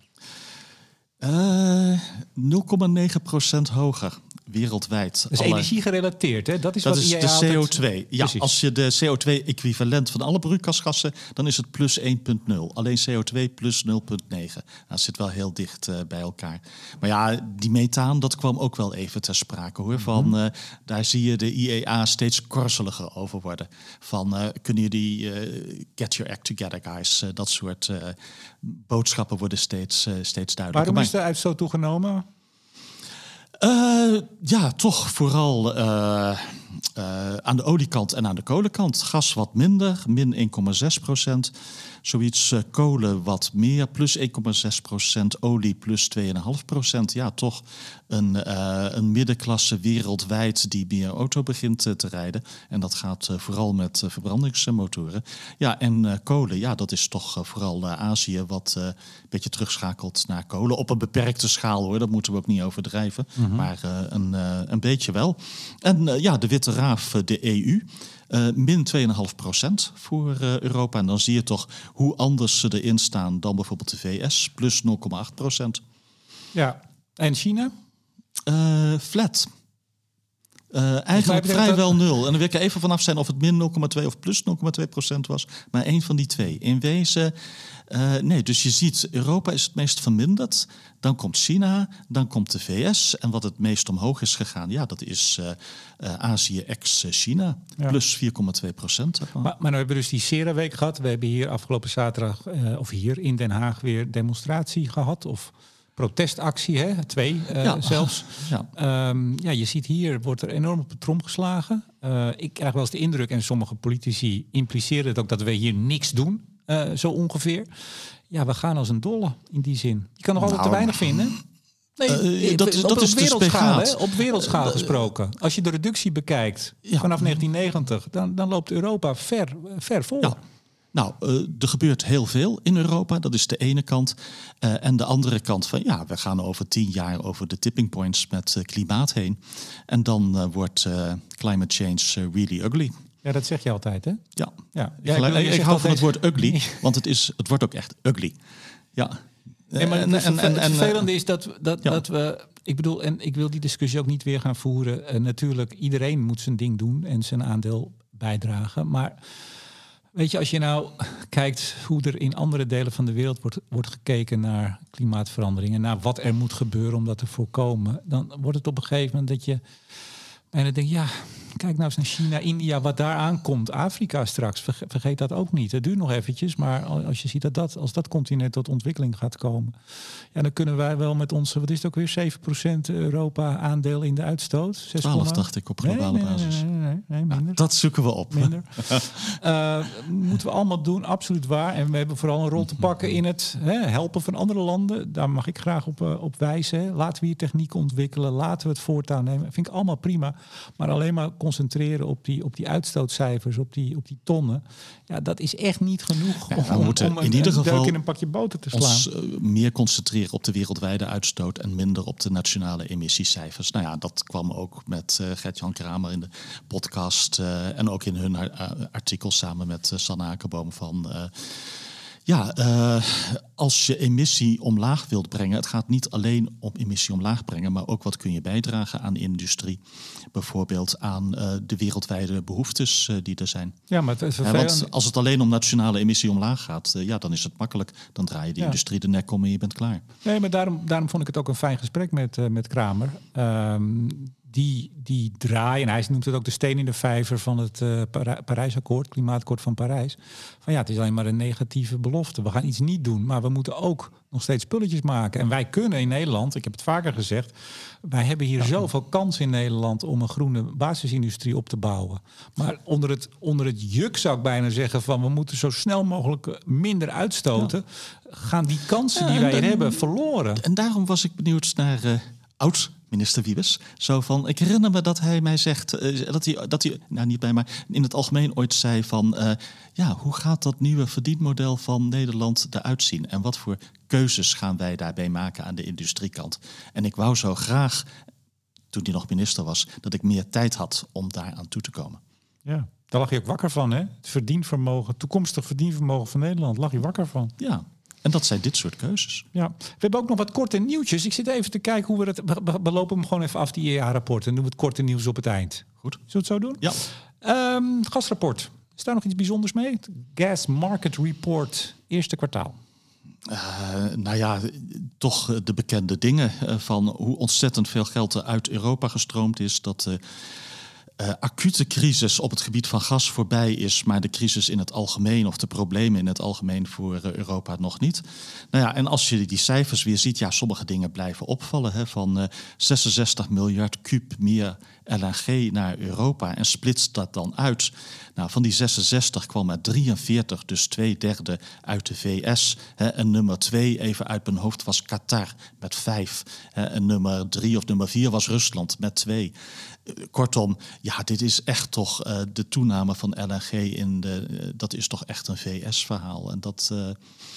Uh, nul komma negen procent hoger wereldwijd. Dat is alle... energiegerelateerd, hè? Dat is, dat wat is I E A de altijd... C O twee. Ja, precies. Als je de C O twee equivalent van alle broeikasgassen, dan is het plus één komma nul. Alleen C O twee plus nul komma negen. Nou, dat zit wel heel dicht uh, bij elkaar. Maar ja, die methaan, dat kwam ook wel even ter sprake, hoor. Van, uh, daar zie je de I E A steeds korzeliger over worden. Van, uh, kunnen jullie uh, get your act together, guys? Uh, dat soort uh, boodschappen worden steeds, uh, steeds duidelijker. Waarom is de uitstoot toegenomen? Uh, ja, toch vooral uh, uh, aan de oliekant en aan de kolenkant. Gas wat minder, min één komma zes procent. Zoiets uh, kolen wat meer, plus één komma zes procent, olie plus twee komma vijf procent. Ja, toch een, uh, een middenklasse wereldwijd die meer auto begint uh, te rijden. En dat gaat uh, vooral met uh, verbrandingsmotoren. Ja, en uh, kolen, ja, dat is toch uh, vooral uh, Azië wat uh, een beetje terugschakelt naar kolen. Op een beperkte schaal hoor, dat moeten we ook niet overdrijven. Mm-hmm. Maar uh, een, uh, een beetje wel. En uh, ja, de witte raaf, uh, de E U. Uh, min twee komma vijf procent voor uh, Europa. En dan zie je toch hoe anders ze erin staan dan bijvoorbeeld de V S. Plus nul komma acht procent. Ja, en China? Uh, flat. Uh, eigenlijk vrijwel dat... nul. En dan wil ik er even vanaf zijn of het min nul komma twee of plus nul komma twee procent was. Maar één van die twee. In wezen, uh, nee. Dus je ziet, Europa is het meest verminderd. Dan komt China, dan komt de V S. En wat het meest omhoog is gegaan, ja, dat is uh, uh, Azië ex-China. Ja. Plus vier komma twee procent. Maar, maar nou hebben we dus die Sera-week gehad. We hebben hier afgelopen zaterdag, uh, of hier in Den Haag, weer demonstratie gehad. Of protestactie, hè? Twee uh, ja. zelfs. Ja. Um, ja, je ziet hier, wordt er enorm op de trom geslagen. Uh, ik krijg wel eens de indruk, en sommige politici impliceren het ook, dat we hier niks doen, uh, zo ongeveer. Ja, we gaan als een dolle in die zin. Je kan nog altijd nou, te weinig vinden. Nee, uh, dat is, op, dat op, is wereldschaal, hè? Op wereldschaal uh, gesproken. Als je de reductie bekijkt ja. vanaf negentien negentig, dan, dan loopt Europa ver, ver voor. Ja. Nou, uh, er gebeurt heel veel in Europa. Dat is de ene kant. Uh, en de andere kant van, ja, we gaan over tien jaar over de tipping points met uh, klimaat heen. En dan uh, wordt uh, climate change uh, really ugly. Ja, dat zeg je altijd, hè? Ja, ja. ja ik, ik, ik hou altijd... van het woord ugly, want het, is, het wordt ook echt ugly. Ja. Nee, maar en, het, en, en, het vervelende is dat, dat, ja. dat we... Ik bedoel, en ik wil die discussie ook niet weer gaan voeren. Uh, natuurlijk, iedereen moet zijn ding doen en zijn aandeel bijdragen. Maar weet je, als je nou kijkt hoe er in andere delen van de wereld wordt, wordt gekeken naar klimaatverandering en naar wat er moet gebeuren om dat te voorkomen, dan wordt het op een gegeven moment dat je bijna denkt, ja, kijk nou eens naar China, India, wat daar aankomt. Afrika straks, vergeet dat ook niet. Het duurt nog eventjes, maar als je ziet dat, dat als dat continent tot ontwikkeling gaat komen, ja, dan kunnen wij wel met onze, wat is het ook weer, zeven procent Europa aandeel in de uitstoot. zes, twaalf dacht ik op globale nee, nee, basis. Nee, nee, nee, nee, minder. Ja, dat zoeken we op. Minder. uh, moeten we allemaal doen, absoluut waar. En we hebben vooral een rol te pakken in het hè, helpen van andere landen. Daar mag ik graag op, uh, op wijzen. Hè. Laten we hier technieken ontwikkelen, laten we het voortouw nemen. Dat vind ik allemaal prima. Maar alleen maar concentreren op die, op die uitstootcijfers, op die, op die tonnen. Ja, dat is echt niet genoeg ja, om, om een, in ieder geval in een pakje boter te slaan. Ons uh, meer concentreren op de wereldwijde uitstoot en minder op de nationale emissiecijfers. Nou ja, dat kwam ook met uh, Gert-Jan Kramer in de podcast uh, en ook in hun uh, artikel samen met uh, Sanne Akerboom van Uh, Ja, uh, als je emissie omlaag wilt brengen, het gaat niet alleen om emissie omlaag brengen, maar ook wat kun je bijdragen aan de industrie. Bijvoorbeeld aan uh, de wereldwijde behoeftes uh, die er zijn. Ja, maar het is ja, want als het alleen om nationale emissie omlaag gaat, uh, ja, dan is het makkelijk. Dan draai je de ja. industrie de nek om en je bent klaar. Nee, maar daarom, daarom vond ik het ook een fijn gesprek met, uh, met Kramer. Um, Die, die draai, en hij noemt het ook de steen in de vijver van het uh, Para- Parijsakkoord, Klimaatakkoord van Parijs. Van ja, het is alleen maar een negatieve belofte. We gaan iets niet doen, maar we moeten ook nog steeds spulletjes maken. En wij kunnen in Nederland, ik heb het vaker gezegd, wij hebben hier ja. zoveel kans in Nederland om een groene basisindustrie op te bouwen. Maar onder het, onder het juk zou ik bijna zeggen van we moeten zo snel mogelijk minder uitstoten. Ja. Gaan die kansen die ja, wij dan, hebben verloren. En daarom was ik benieuwd naar uh, oud minister Wiebes. Zo van, ik herinner me dat hij mij zegt, uh, dat hij, dat hij, nou niet bij, maar in het algemeen ooit zei van, uh, ja, hoe gaat dat nieuwe verdienmodel van Nederland eruit zien? En wat voor keuzes gaan wij daarbij maken aan de industriekant? En ik wou zo graag, toen hij nog minister was, dat ik meer tijd had om daar aan toe te komen. Ja, daar lag je ook wakker van, hè? Het verdienvermogen, toekomstig verdienvermogen van Nederland, lag je wakker van. Ja. En dat zijn dit soort keuzes. Ja, we hebben ook nog wat korte nieuwtjes. Ik zit even te kijken hoe we het. We, we lopen hem gewoon even af, die E A-rapport. En doen we het korte nieuws op het eind. Goed. Zullen we het zo doen? Ja. Um, gasrapport. Is daar nog iets bijzonders mee? Het Gas Market Report, eerste kwartaal. Uh, nou ja, toch de bekende dingen. Uh, van hoe ontzettend veel geld er uit Europa gestroomd is. Dat Uh, Uh, acute crisis op het gebied van gas voorbij is, maar de crisis in het algemeen of de problemen in het algemeen voor uh, Europa nog niet. Nou ja, en als je die cijfers weer ziet, ja, sommige dingen blijven opvallen. Hè, van uh, zesenzestig miljard kuub meer L N G naar Europa en splitst dat dan uit. Nou, van die zesenzestig kwam er drieënveertig, dus twee derde uit de V S. Hè, en nummer twee, even uit mijn hoofd, was Qatar met vijf. Hè, en nummer drie of nummer vier was Rusland met twee. Kortom, ja, dit is echt toch uh, de toename van L N G in de. Uh, dat is toch echt een V S-verhaal. En dat. Uh,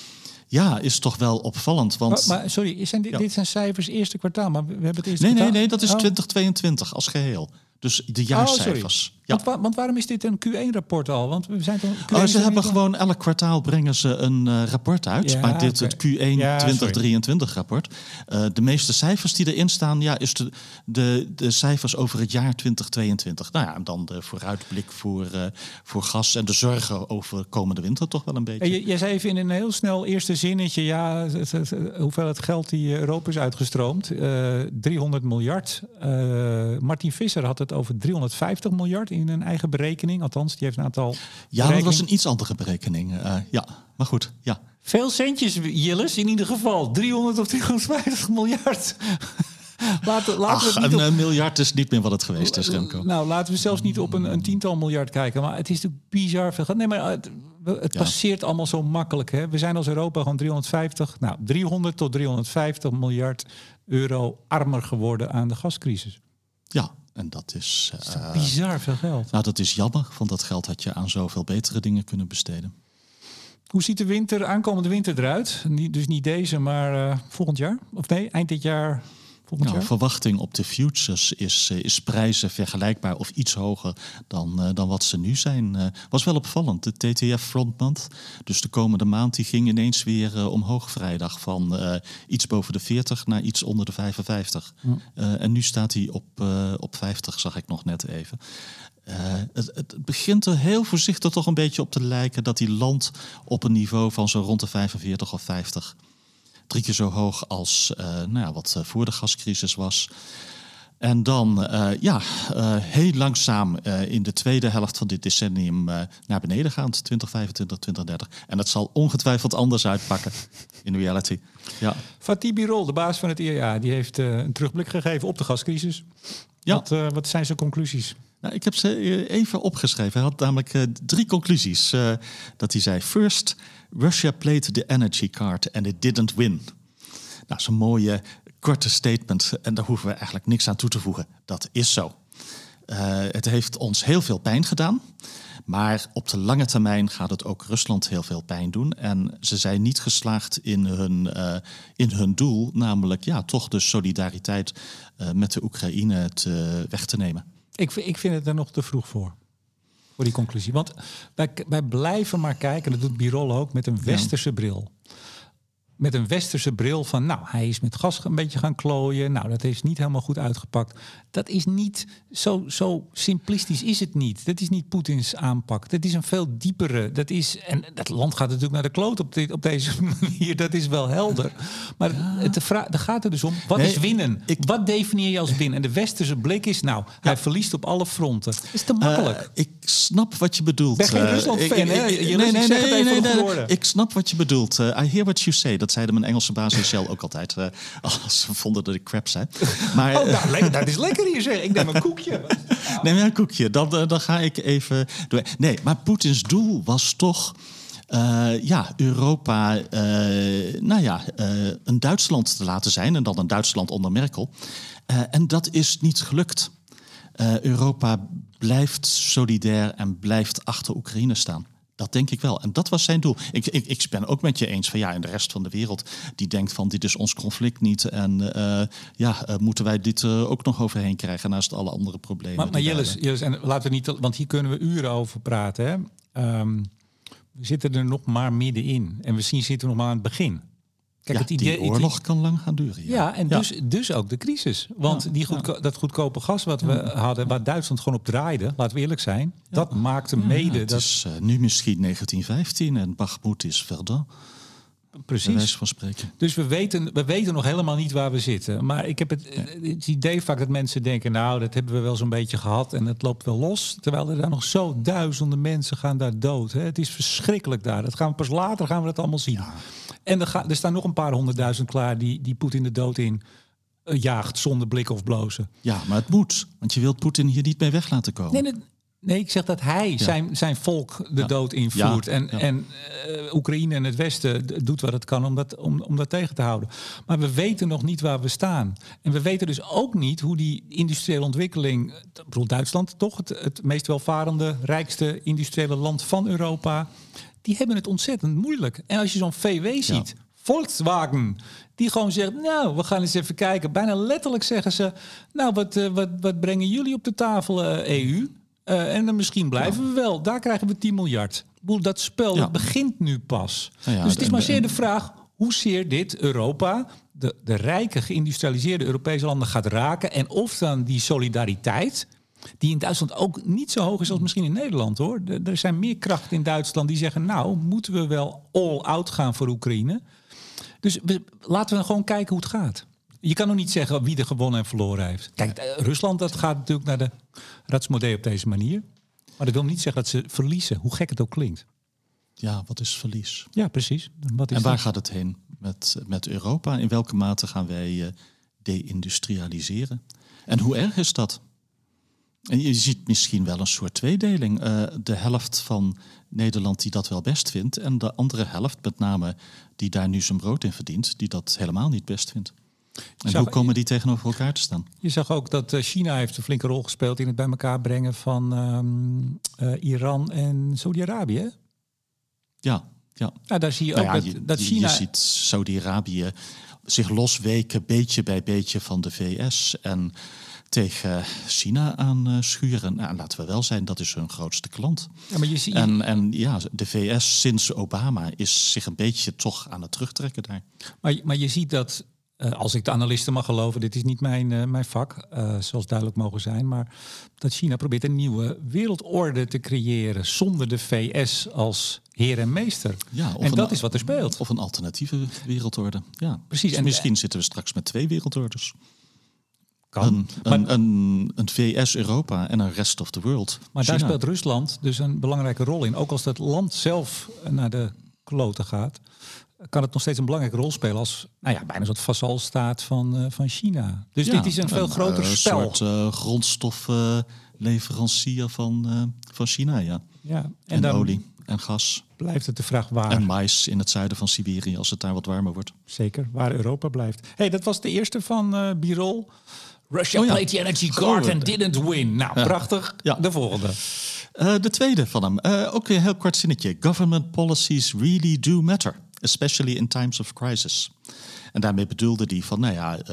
Ja, is toch wel opvallend. Want, maar, maar sorry, zijn dit, ja. dit zijn cijfers eerste kwartaal, maar we hebben het eerste nee, kwartaal... Nee, nee, dat is oh. twintig tweeëntwintig als geheel. Dus de jaarcijfers. Oh, ja. want, want waarom is dit een Q één-rapport al? Want we zijn toch, Q één oh, ze hebben gewoon elk kwartaal brengen ze een uh, rapport uit. Ja, maar dit okay. het Q één ja, twintig drieëntwintig rapport. Uh, de meeste cijfers die erin staan, ja, is de, de, de cijfers over het jaar twintig tweeëntwintig. Nou ja, en dan de vooruitblik voor, uh, voor gas en de zorgen over komende winter toch wel een beetje. Jij, jij zei even in een heel snel eerste zinnetje, ja, het, het, het, hoeveel het geld die Europa is uitgestroomd. Uh, driehonderd miljard. Uh, Martin Visser had het over driehonderdvijftig miljard in een eigen berekening. Althans, die heeft een aantal... Ja, dat was een iets andere berekening. Uh, ja, maar goed, ja. Veel centjes, Jilles, in ieder geval. driehonderd of driehonderdvijftig miljard. laten, laten Ach, we niet een op... miljard is niet meer wat het geweest is, Remco. Nou, laten we zelfs niet op een, een tiental miljard kijken. Maar het is natuurlijk bizar veel. Nee, maar het, het ja. passeert allemaal zo makkelijk. Hè? We zijn als Europa gewoon driehonderdvijftig... Nou, driehonderd tot driehonderdvijftig miljard euro armer geworden aan de gascrisis. Ja. En dat is, uh, dat is bizar veel geld. Nou, dat is jammer, want dat geld had je aan zoveel betere dingen kunnen besteden. Hoe ziet de winter, aankomende winter eruit? Niet, dus niet deze, maar uh, volgend jaar? Of nee, eind dit jaar? Nou, jaar? Verwachting op de futures is, uh, is prijzen vergelijkbaar of iets hoger dan, uh, dan wat ze nu zijn. Uh, was wel opvallend. De T T F frontmonth, dus de komende maand, die ging ineens weer uh, omhoog vrijdag van uh, iets boven de veertig naar iets onder de vijfenvijftig. Hm. Uh, en nu staat hij op, uh, op vijftig, zag ik nog net even. Uh, het, het begint er heel voorzichtig toch een beetje op te lijken dat hij landt op een niveau van zo rond de vijfenveertig of vijftig. Drie keer zo hoog als uh, nou ja, wat uh, voor de gascrisis was. En dan uh, ja, uh, heel langzaam uh, in de tweede helft van dit decennium uh, naar beneden gaan. twintig vijfentwintig, twintig dertig. En dat zal ongetwijfeld anders uitpakken in reality. Ja. Fatih Birol, de baas van het I E A, die heeft uh, een terugblik gegeven op de gascrisis. Ja. Wat, uh, wat zijn zijn conclusies? Nou, ik heb ze even opgeschreven. Hij had namelijk uh, drie conclusies. Uh, dat hij zei: First, Russia played the energy card and it didn't win. Nou, zo'n mooie korte statement. En daar hoeven we eigenlijk niks aan toe te voegen. Dat is zo. Uh, het heeft ons heel veel pijn gedaan. Maar op de lange termijn gaat het ook Rusland heel veel pijn doen. En ze zijn niet geslaagd in hun, uh, in hun doel. Namelijk ja, toch de solidariteit uh, met de Oekraïne te, weg te nemen. Ik, ik vind het er nog te vroeg voor. Voor die conclusie. Want wij, wij blijven maar kijken, dat doet Birol ook, met een westerse ja. bril. Met een westerse bril van, nou, hij is met gas een beetje gaan klooien. Nou, dat heeft niet helemaal goed uitgepakt. Dat is niet, zo, zo simplistisch is het niet. Dat is niet Poetins aanpak. Dat is een veel diepere, dat is, en dat land gaat natuurlijk naar de kloot op, dit, op deze manier. Dat is wel helder. Maar ja. het, de vraag, daar gaat het dus om, wat nee, is winnen? Ik, wat definieer je als winnen? En de westerse blik is, nou, ja. hij verliest op alle fronten. Dat is te makkelijk. Uh, ik snap wat je bedoelt. Ik ben geen Rusland-fan, hè? Je nee, nee, nee, nee, nee, nee, nee, nee. Ik snap wat je bedoelt. Uh, I hear what you say. Dat zeiden mijn Engelse baas in Shell ook altijd. Uh, als ze vonden dat ik crap zei. Maar, oh, nou, lekker, dat is lekker hier zeg. Ik neem een koekje. Neem een koekje. Dan, uh, dan ga ik even door. Nee, maar Poetins doel was toch Uh, ja, Europa, uh, nou ja, uh, een Duitsland te laten zijn. En dan een Duitsland onder Merkel. Uh, en dat is niet gelukt. Uh, Europa blijft solidair en blijft achter Oekraïne staan. Dat denk ik wel. En dat was zijn doel. Ik, ik, ik ben ook met je eens van ja, en de rest van de wereld die denkt van dit is ons conflict niet. En uh, ja, uh, moeten wij dit uh, ook nog overheen krijgen naast alle andere problemen. Maar, maar Jilles, Jilles, en laten we niet, want hier kunnen we uren over praten. Hè? Um, we zitten er nog maar middenin. En misschien zitten we nog maar aan het begin. Kijk, ja, het idee, die oorlog kan lang gaan duren. Ja, ja en ja. Dus, dus ook de crisis. Want ja, die goedko- ja. dat goedkope gas wat we ja. hadden, waar Duitsland gewoon op draaide, laten we eerlijk zijn, ja. dat maakte ja, mede... Het dat... is uh, nu misschien negentien vijftien en Bakhmut is Verdun. Precies. Van spreken. Dus we weten, we weten nog helemaal niet waar we zitten. Maar ik heb het, ja. het idee vaak dat mensen denken, nou, dat hebben we wel zo'n beetje gehad en het loopt wel los. Terwijl er daar nog zo duizenden mensen gaan daar dood. Hè. Het is verschrikkelijk daar. Dat gaan we pas later gaan we dat allemaal zien. Ja. En er, ga, er staan nog een paar honderdduizend klaar die, die Poetin de dood in uh, jaagt zonder blik of blozen. Ja, maar het moet. Want je wilt Poetin hier niet mee weg laten komen. Nee, nee, nee ik zeg dat hij ja. zijn, zijn volk de ja. dood invoert. Ja. En, ja. en uh, Oekraïne en het Westen doet wat het kan om dat, om, om dat tegen te houden. Maar we weten nog niet waar we staan. En we weten dus ook niet hoe die industriële ontwikkeling... Bijvoorbeeld Duitsland, toch het, het meest welvarende, rijkste industriële land van Europa... die hebben het ontzettend moeilijk. En als je zo'n V W ziet... Ja. Volkswagen, die gewoon zegt, nou, we gaan eens even kijken. Bijna letterlijk zeggen ze, nou, wat, uh, wat, wat brengen jullie op de tafel, uh, E U? Uh, en dan misschien blijven ja. we wel. Daar krijgen we tien miljard. Dat spel ja. dat begint nu pas. Nou ja, dus het is maar zeer de vraag, hoezeer dit Europa, de, de rijke, geïndustrialiseerde Europese landen gaat raken. En of dan die solidariteit, die in Duitsland ook niet zo hoog is als misschien in Nederland, hoor. Er zijn meer krachten in Duitsland die zeggen, nou, moeten we wel all out gaan voor Oekraïne? Dus we, laten we gewoon kijken hoe het gaat. Je kan nog niet zeggen wie er gewonnen en verloren heeft. Kijk, uh, Rusland dat gaat natuurlijk naar de Ratsmodee op deze manier. Maar dat wil niet zeggen dat ze verliezen, hoe gek het ook klinkt. Ja, wat is verlies? Ja, precies. Wat is en waar dat? gaat het heen met, met Europa? In welke mate gaan wij uh, deindustrialiseren? En hoe erg is dat? En je ziet misschien wel een soort tweedeling. Uh, de helft van Nederland die dat wel best vindt... en de andere helft, met name die daar nu zijn brood in verdient... die dat helemaal niet best vindt. En zag, hoe komen die tegenover elkaar te staan? Je zag ook dat uh, China heeft een flinke rol gespeeld... in het bij elkaar brengen van um, uh, Iran en Saudi-Arabië. Ja, ja. Nou, daar zie je nou ook ja, dat, je, dat China... Je ziet Saudi-Arabië zich losweken... beetje bij beetje van de V S... en tegen China aan uh, schuren. Nou, laten we wel zijn, dat is hun grootste klant. Ja, maar je ziet... en, en ja, de V S sinds Obama is zich een beetje toch aan het terugtrekken daar. Maar, maar je ziet dat, uh, als ik de analisten mag geloven... dit is niet mijn, uh, mijn vak, uh, zoals duidelijk mogen zijn... maar dat China probeert een nieuwe wereldorde te creëren... zonder de V S als heer en meester. Ja, en dat een, is wat er speelt. Of een alternatieve wereldorde. Ja, precies. Dus en misschien zitten we straks met twee wereldordes. Kan. Een, maar, een, een, een V S-Europa en een rest of the world. Maar China. Daar speelt Rusland dus een belangrijke rol in. Ook als dat land zelf naar de kloten gaat... kan het nog steeds een belangrijke rol spelen... als nou ja, bijna een soort vazalstaat van, uh, van China. Dus ja, dit is een veel een, groter uh, spel. Een soort uh, grondstoffenleverancier van, uh, van China, ja. ja en, en dan olie en gas. Blijft het de vraag waar. En mais in het zuiden van Siberië, als het daar wat warmer wordt. Zeker, waar Europa blijft. Hey, dat was de eerste van uh, Birol. Russia oh, ja. played the energy card and didn't win. Nou, ja. prachtig. Ja. De volgende. Uh, de tweede van hem. Uh, ook een heel kort zinnetje. Government policies really do matter. Especially in times of crisis. En daarmee bedoelde hij van, nou ja, uh,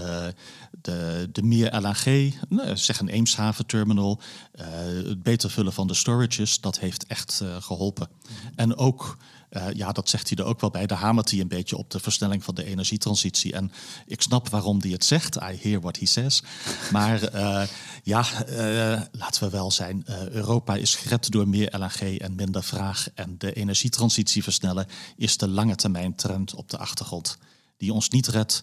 de, de meer L N G, nou, zeg een Eemshaven-terminal, uh, het beter vullen van de storages, dat heeft echt uh, geholpen. Mm-hmm. En ook, uh, ja, dat zegt hij er ook wel bij, daar hamert hij een beetje op de versnelling van de energietransitie. En ik snap waarom hij het zegt, I hear what he says. Maar uh, ja, uh, laten we wel zijn, uh, Europa is gered door meer L N G en minder vraag. En de energietransitie versnellen is de lange termijn trend op de achtergrond. Die ons niet redt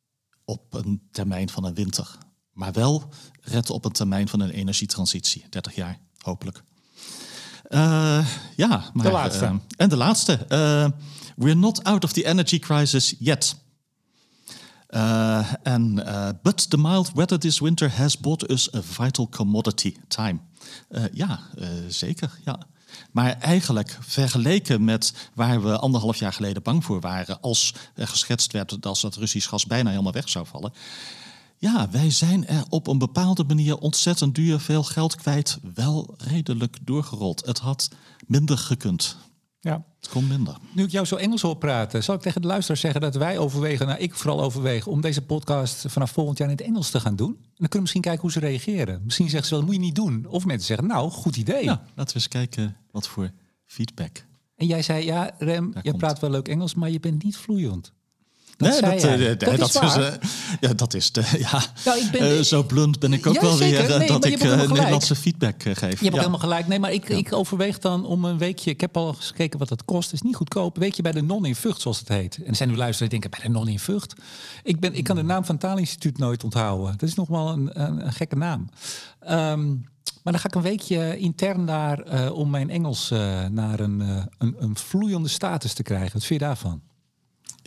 op een termijn van een winter. Maar wel redt op een termijn van een energietransitie. dertig jaar, hopelijk. Uh, ja, maar, de laatste. Uh, en de laatste. Uh, we're not out of the energy crisis yet. Uh, and, uh, but the mild weather this winter has bought us a vital commodity, time. Uh, ja, uh, zeker, ja. Maar eigenlijk vergeleken met waar we anderhalf jaar geleden bang voor waren... als er geschetst werd dat dat Russisch gas bijna helemaal weg zou vallen... ja, wij zijn er op een bepaalde manier ontzettend duur veel geld kwijt... wel redelijk doorgerold. Het had minder gekund. Ja. Het kon minder. Nu ik jou zo Engels hoor praten, zal ik tegen de luisteraars zeggen dat wij overwegen, nou ik vooral overweeg, om deze podcast vanaf volgend jaar in het Engels te gaan doen. En dan kunnen we misschien kijken hoe ze reageren. Misschien zeggen ze wel, dat moet je niet doen. Of mensen zeggen, nou, goed idee. Ja, laten we eens kijken wat voor feedback. En jij zei, ja Rem, jij praat wel leuk Engels, maar je bent niet vloeiend. Dat nee, dat, uh, dat, dat is waar. Is, uh, ja, dat is de. Ja. Nou, ik ben, uh, zo blunt ben ik ook ja, wel zeker. weer uh, nee, dat ik uh, Nederlandse feedback uh, geef. Je hebt ja. ook helemaal gelijk. Nee, maar ik, ja. ik overweeg dan om een weekje. Ik heb al eens gekeken wat het kost. Het is niet goedkoop. Een weekje bij de Non in Vught, zoals het heet. En er zijn nu luisteraars die denken bij de Non in Vught. Ik, ben, ik kan de naam van het Taalinstituut nooit onthouden. Dat is nog wel een, een, een gekke naam. Um, maar dan ga ik een weekje intern daar uh, om mijn Engels uh, naar een, uh, een, een vloeiende status te krijgen. Wat vind je daarvan?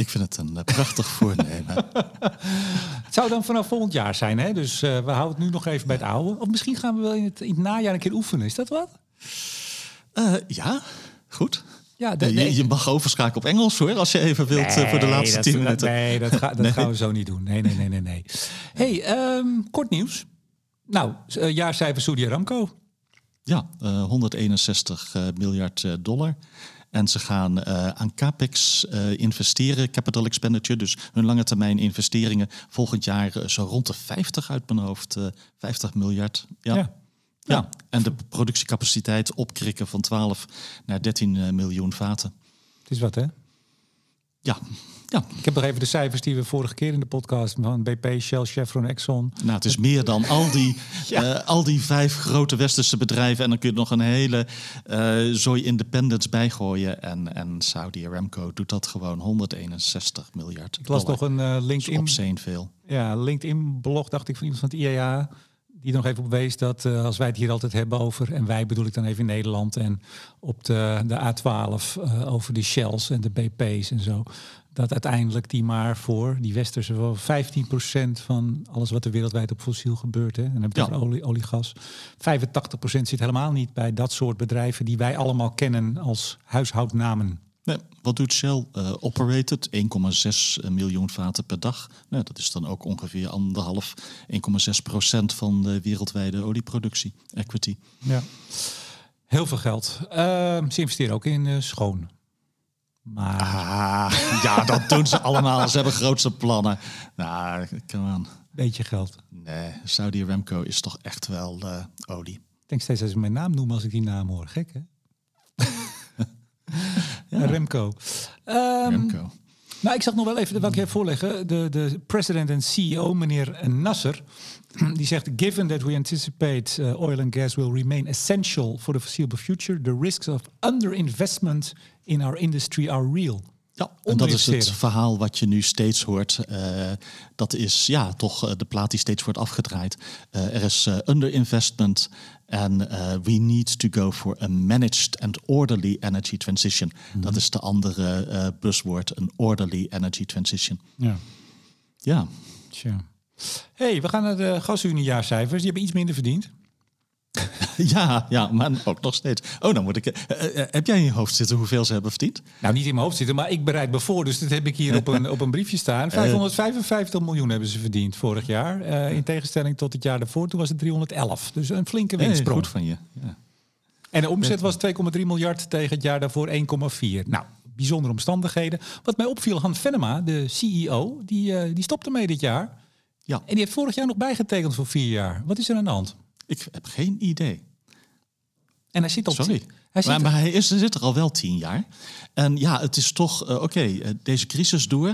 Ik vind het een uh, prachtig voornemen. Het zou dan vanaf volgend jaar zijn, hè? Dus uh, we houden het nu nog even bij het oude. Of misschien gaan we wel in het, in het najaar een keer oefenen. Is dat wat? Uh, ja, goed. Ja, de, uh, nee. je, je mag overschakelen op Engels, hoor, als je even wilt nee, uh, voor de laatste dat, tien dat, minuten. Nee, dat, ga, dat nee. gaan we zo niet doen. Nee, nee, nee, nee. nee. Hey, um, kort nieuws. Nou, uh, jaarcijfer Saudi Aramco. Ja, uh, honderdeenenzestig uh, miljard uh, dollar. En ze gaan uh, aan capex uh, investeren, capital expenditure. Dus hun lange termijn investeringen volgend jaar uh, zo rond de vijftig uit mijn hoofd. Uh, vijftig miljard. Ja. Ja. Ja. ja. En de productiecapaciteit opkrikken van twaalf naar dertien uh, miljoen vaten. Het is wat, hè? Ja. Ja. Ik heb nog even de cijfers die we vorige keer in de podcast van B P, Shell, Chevron, Exxon. Nou, het is meer dan al die, ja. uh, al die vijf grote westerse bedrijven. En dan kun je nog een hele uh, zooi independents bijgooien. En, en Saudi Aramco doet dat gewoon honderdeenenzestig miljard. Ik las nog een uh, LinkedIn. Obscene veel. Ja, LinkedIn-blog, dacht ik, van iemand van het I E A. Die er nog even op wees dat uh, als wij het hier altijd hebben over, en wij bedoel ik dan even in Nederland en op de, de A twaalf uh, over de Shells en de B P's en zo, dat uiteindelijk die maar voor die westerse wel vijftien procent van alles wat er wereldwijd op fossiel gebeurt, hè, en dan heb je ja. over olie, olie, gas, vijfentachtig procent zit helemaal niet bij dat soort bedrijven die wij allemaal kennen als huishoudnamen. Nee, wat doet Shell? Uh, operated, één komma zes miljoen vaten per dag. Nou, dat is dan ook ongeveer anderhalf, één komma zes procent van de wereldwijde olieproductie, equity. Ja, heel veel geld. Uh, ze investeren ook in uh, schoon. Maar... Ah, ja, dat doen ze allemaal. Ze hebben grootste plannen. Nou, come on. Beetje geld. Nee, Saudi Aramco is toch echt wel uh, olie. Ik denk steeds dat ze mijn naam noemen als ik die naam hoor. Gek, hè? Ja. Remco. Um, Remco. Nou, ik zag nog wel even, wat ik heb voorleggen. De, de president en C E O, meneer Nasser, die zegt: given that we anticipate uh, oil and gas will remain essential for the foreseeable future, the risks of underinvestment in our industry are real. Ja, en dat is het verhaal wat je nu steeds hoort. Uh, dat is ja toch uh, de plaat die steeds wordt afgedraaid. Uh, er is uh, underinvestment en uh, we need to go for a managed and orderly energy transition. Mm-hmm. Dat is de andere uh, buzzword, een orderly energy transition. Ja. Ja. Tja. Hey, we gaan naar de gasuniejaarcijfers. Die hebben iets minder verdiend. Ja, ja, maar ook nog steeds. Oh, dan moet ik. Uh, uh, heb jij in je hoofd zitten hoeveel ze hebben verdiend? Nou, niet in mijn hoofd zitten, maar ik bereid me voor. Dus dat heb ik hier op een, op een briefje staan. vijfhonderdvijfenvijftig miljoen hebben ze verdiend vorig jaar. Uh, in tegenstelling tot het jaar daarvoor. Toen was het driehondeldelf. Dus een flinke windsprong. Hey, goed van je. Ja. En de omzet was twee komma drie miljard tegen het jaar daarvoor één komma vier. Nou, bijzondere omstandigheden. Wat mij opviel, Han Venema, de C E O, die, uh, die stopte mee dit jaar. Ja. En die heeft vorig jaar nog bijgetekend voor vier jaar. Wat is er aan de hand? Ik heb geen idee. En hij zit op. Sorry. Hij zit maar, maar hij is, zit er al wel tien jaar. En ja, het is toch, uh, oké, okay, uh, deze crisis door.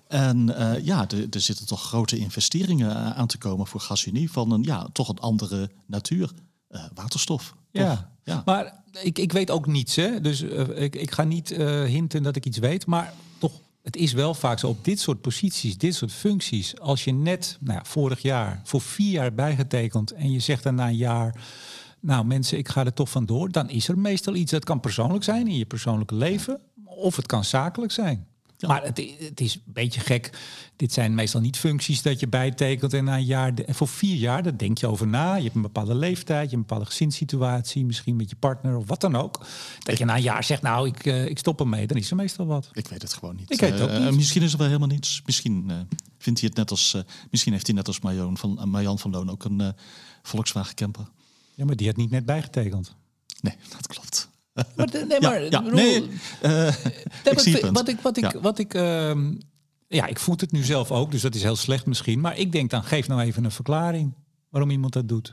En uh, ja, de, er zitten toch grote investeringen uh, aan te komen voor GasUnie van een, ja, toch een andere natuur. Uh, waterstof. Ja, ja, maar ik, ik weet ook niets. Hè? Dus uh, ik, ik ga niet uh, hinten dat ik iets weet. Maar toch, het is wel vaak zo op dit soort posities, dit soort functies. Als je net nou ja, vorig jaar voor vier jaar bijgetekend en je zegt dan na een jaar: nou mensen, ik ga er toch vandoor. Dan is er meestal iets. Dat kan persoonlijk zijn in je persoonlijke leven. Of het kan zakelijk zijn. Ja. Maar het, het is een beetje gek. Dit zijn meestal niet functies dat je bijtekent en na een jaar, en voor vier jaar, daar denk je over na. Je hebt een bepaalde leeftijd, je hebt een bepaalde gezinssituatie, misschien met je partner of wat dan ook. Dat je na een jaar zegt, nou, ik, uh, ik stop ermee. Dan is er meestal wat. Ik weet het gewoon niet. Ik weet het ook niet. Uh, misschien is er wel helemaal niets. Misschien uh, vindt hij het net als, uh, misschien heeft hij net als Marjan van, uh, Marjan van Loon ook een uh, Volkswagen camper. Ja, maar die had niet net bijgetekend. Nee, dat klopt. Maar de, nee, maar ja, ja, nee, uh, ik zie het wat ik, wat ik, ja. wat ik, uh, ja, ik voed het nu zelf ook, dus dat is heel slecht misschien. Maar ik denk dan, geef nou even een verklaring waarom iemand dat doet.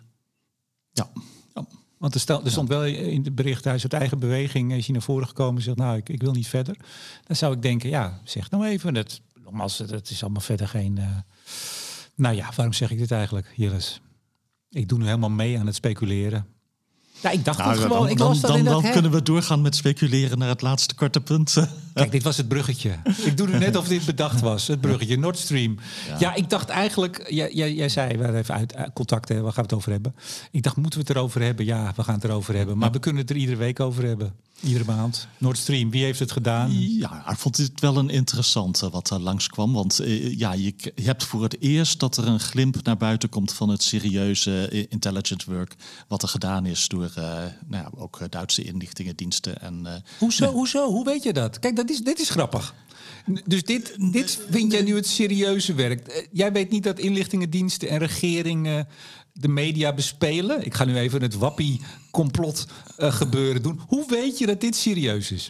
Ja. ja. Want er, stel, er stond ja. wel in het bericht, hij is uit eigen beweging, is hij naar voren gekomen en zegt, nou, ik, ik wil niet verder. Dan zou ik denken, ja, zeg nou even. Dat, nogmaals, dat is allemaal verder geen. Uh, nou ja, waarom zeg ik dit eigenlijk, Jilles? Ik doe nu helemaal mee aan het speculeren. Ja, ik dacht nou, dat gewoon. Dan, ik las dan, dat dan, dan dat, kunnen we doorgaan met speculeren naar het laatste korte punt. Kijk, dit was het bruggetje. Ik doe nu net of dit bedacht was. Het bruggetje, Nord Stream. Ja, ja ik dacht eigenlijk... Jij, jij, jij zei, we hadden even uit, contact, waar gaan we het over hebben? Ik dacht, moeten we het erover hebben? Ja, we gaan het erover hebben. Maar we kunnen het er iedere week over hebben. Iedere maand. Nord Stream, wie heeft het gedaan? Ja, ik vond dit wel een interessante wat er langskwam. Want uh, ja, je, je hebt voor het eerst dat er een glimp naar buiten komt van het serieuze uh, intelligence work wat er gedaan is door uh, nou ja, ook uh, Duitse inlichtingendiensten. En, uh, hoezo, nee. hoezo? Hoe weet je dat? Kijk, dat is, dit is grappig. Dus dit, dit vind jij nu het serieuze werk. Uh, jij weet niet dat inlichtingendiensten en regeringen de media bespelen? Ik ga nu even het wappie-complot uh, gebeuren doen. Hoe weet je dat dit serieus is?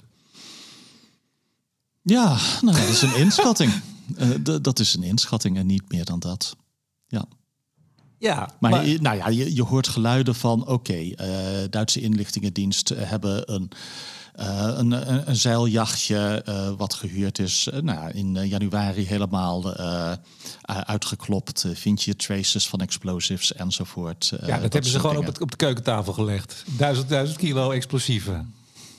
Ja, nou, dat is een inschatting. Uh, d- dat is een inschatting en niet meer dan dat. Ja. Ja, maar, maar je, nou ja, je, je hoort geluiden van... oké, okay, uh, Duitse inlichtingendienst hebben een... Uh, een, een, een zeiljachtje uh, wat gehuurd is. Uh, nou, in uh, januari helemaal uh, uitgeklopt. Uh, vind je traces van explosives enzovoort. Uh, ja, dat, dat hebben ze gewoon op, het, op de keukentafel gelegd. Duizend, duizend kilo explosieven.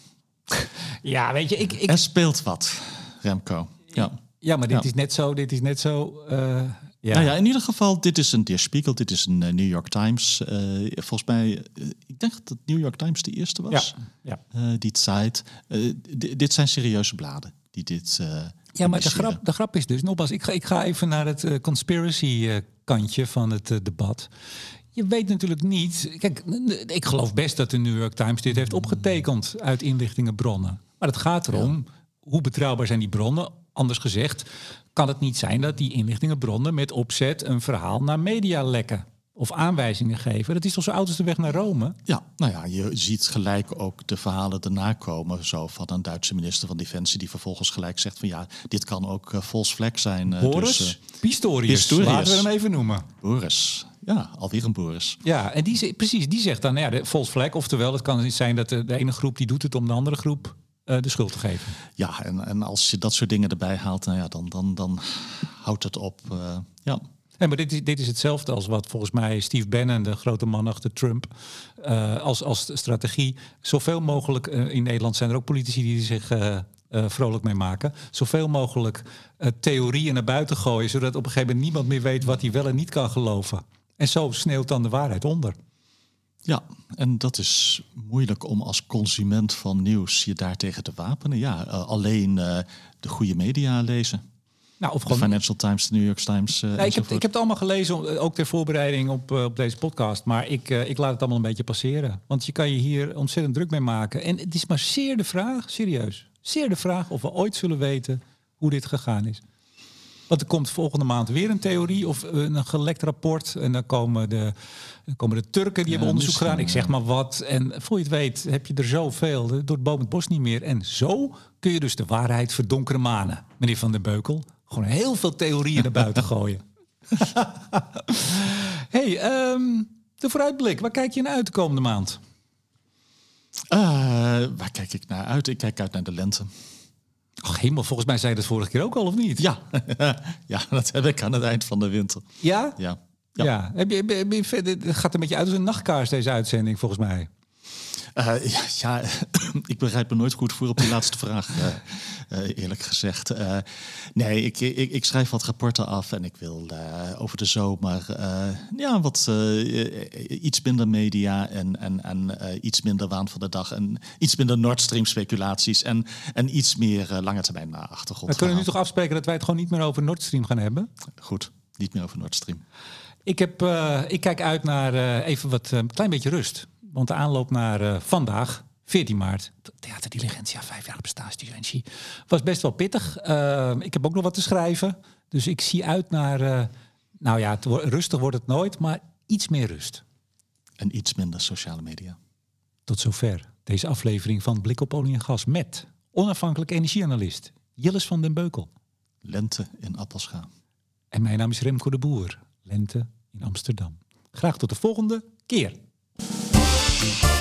Ja, weet je, ik, ik... Er speelt wat, Remco. Ja, ja maar dit ja. is net zo... Dit is net zo uh, ja. Nou ja, in ieder geval, dit is een Der Spiegel, dit is een uh, New York Times. Uh, volgens mij, uh, ik denk dat New York Times de eerste was. Ja, ja. Uh, die site. Uh, d- dit zijn serieuze bladen die dit. Uh, ja, maar de grap, de grap is dus, nogmaals, ik ga, ik ga even naar het uh, conspiracy uh, kantje van het uh, debat. Je weet natuurlijk niet. Kijk, ik geloof best dat de New York Times dit heeft opgetekend uit inlichtingenbronnen. Maar het gaat erom, ja. hoe betrouwbaar zijn die bronnen? Anders gezegd, kan het niet zijn dat die inlichtingenbronnen met opzet een verhaal naar media lekken of aanwijzingen geven. Dat is toch zo oud als de weg naar Rome? Ja, nou ja, je ziet gelijk ook de verhalen erna komen. Zo van een Duitse minister van Defensie die vervolgens gelijk zegt van ja, dit kan ook uh, false flag zijn. Uh, Boris dus, uh, Pistorius, Pistorius, laten we hem even noemen. Boris, ja, alweer een Boris. Ja, en die, precies, die zegt dan, nou ja, de false flag, oftewel het kan zijn dat de, de ene groep die doet het om de andere groep uh, de schuld te geven. Ja, en, en als je dat soort dingen erbij haalt, nou ja, dan, dan, dan houdt het op. Uh, ja. Nee, maar dit is, dit is hetzelfde als wat volgens mij Steve Bannon, de grote man achter Trump, uh, als, als strategie. Zoveel mogelijk, uh, in Nederland zijn er ook politici die zich uh, uh, vrolijk mee maken. Zoveel mogelijk uh, theorieën naar buiten gooien, zodat op een gegeven moment niemand meer weet wat hij wel en niet kan geloven. En zo sneeuwt dan de waarheid onder. Ja, en dat is moeilijk om als consument van nieuws je daartegen te wapenen. Ja, uh, alleen uh, de goede media lezen. Nou, of de gewoon... Financial Times, de New York Times. Uh, ja, ik, heb, ik heb het allemaal gelezen, ook ter voorbereiding op, uh, op deze podcast. Maar ik, uh, ik laat het allemaal een beetje passeren. Want je kan je hier ontzettend druk mee maken. En het is maar zeer de vraag, serieus, zeer de vraag of we ooit zullen weten hoe dit gegaan is. Want er komt volgende maand weer een theorie of een gelekt rapport. En dan komen de, dan komen de Turken, die ja, hebben onderzoek gedaan. Ik zeg maar wat. En voor je het weet heb je er zoveel. Door het boom het bos niet meer. En zo kun je dus de waarheid verdonkeren manen. Meneer Van den Beukel. Gewoon heel veel theorieën naar buiten gooien. hey, um, de vooruitblik. Waar kijk je naar uit de komende maand? Uh, waar kijk ik naar uit? Ik kijk uit naar de lente. Ach, hemel, volgens mij zei je dat vorige keer ook al, of niet? Ja, ja, dat heb ik aan het eind van de winter. Ja? Ja. ja. ja. Heb je, heb je, het gaat een beetje uit als een nachtkaars, deze uitzending, volgens mij. Uh, ja, ja ik bereid me nooit goed voor op die laatste vraag, uh, uh, eerlijk gezegd. Uh, nee, ik, ik, ik schrijf wat rapporten af en ik wil uh, over de zomer uh, ja, wat uh, iets minder media en, en, en uh, iets minder waan van de dag en iets minder Nord Stream speculaties en, en iets meer uh, lange termijn achtergrond. We kunnen nu toch afspreken dat wij het gewoon niet meer over Nord Stream gaan hebben? Goed, niet meer over Nord Stream. Ik, heb, uh, ik kijk uit naar uh, even wat een uh, klein beetje rust. Want de aanloop naar uh, vandaag, veertien maart, Theater Diligentia, vijf jaar bestaansdurantie, was best wel pittig. Uh, ik heb ook nog wat te schrijven. Dus ik zie uit naar, uh, nou ja, het wo- rustig wordt het nooit, maar iets meer rust. En iets minder sociale media. Tot zover deze aflevering van Blik op Olie en Gas met onafhankelijk energieanalist Jilles van den Beukel. Lente in Appelscha. En mijn naam is Remco de Boer. Lente in Amsterdam. Graag tot de volgende keer.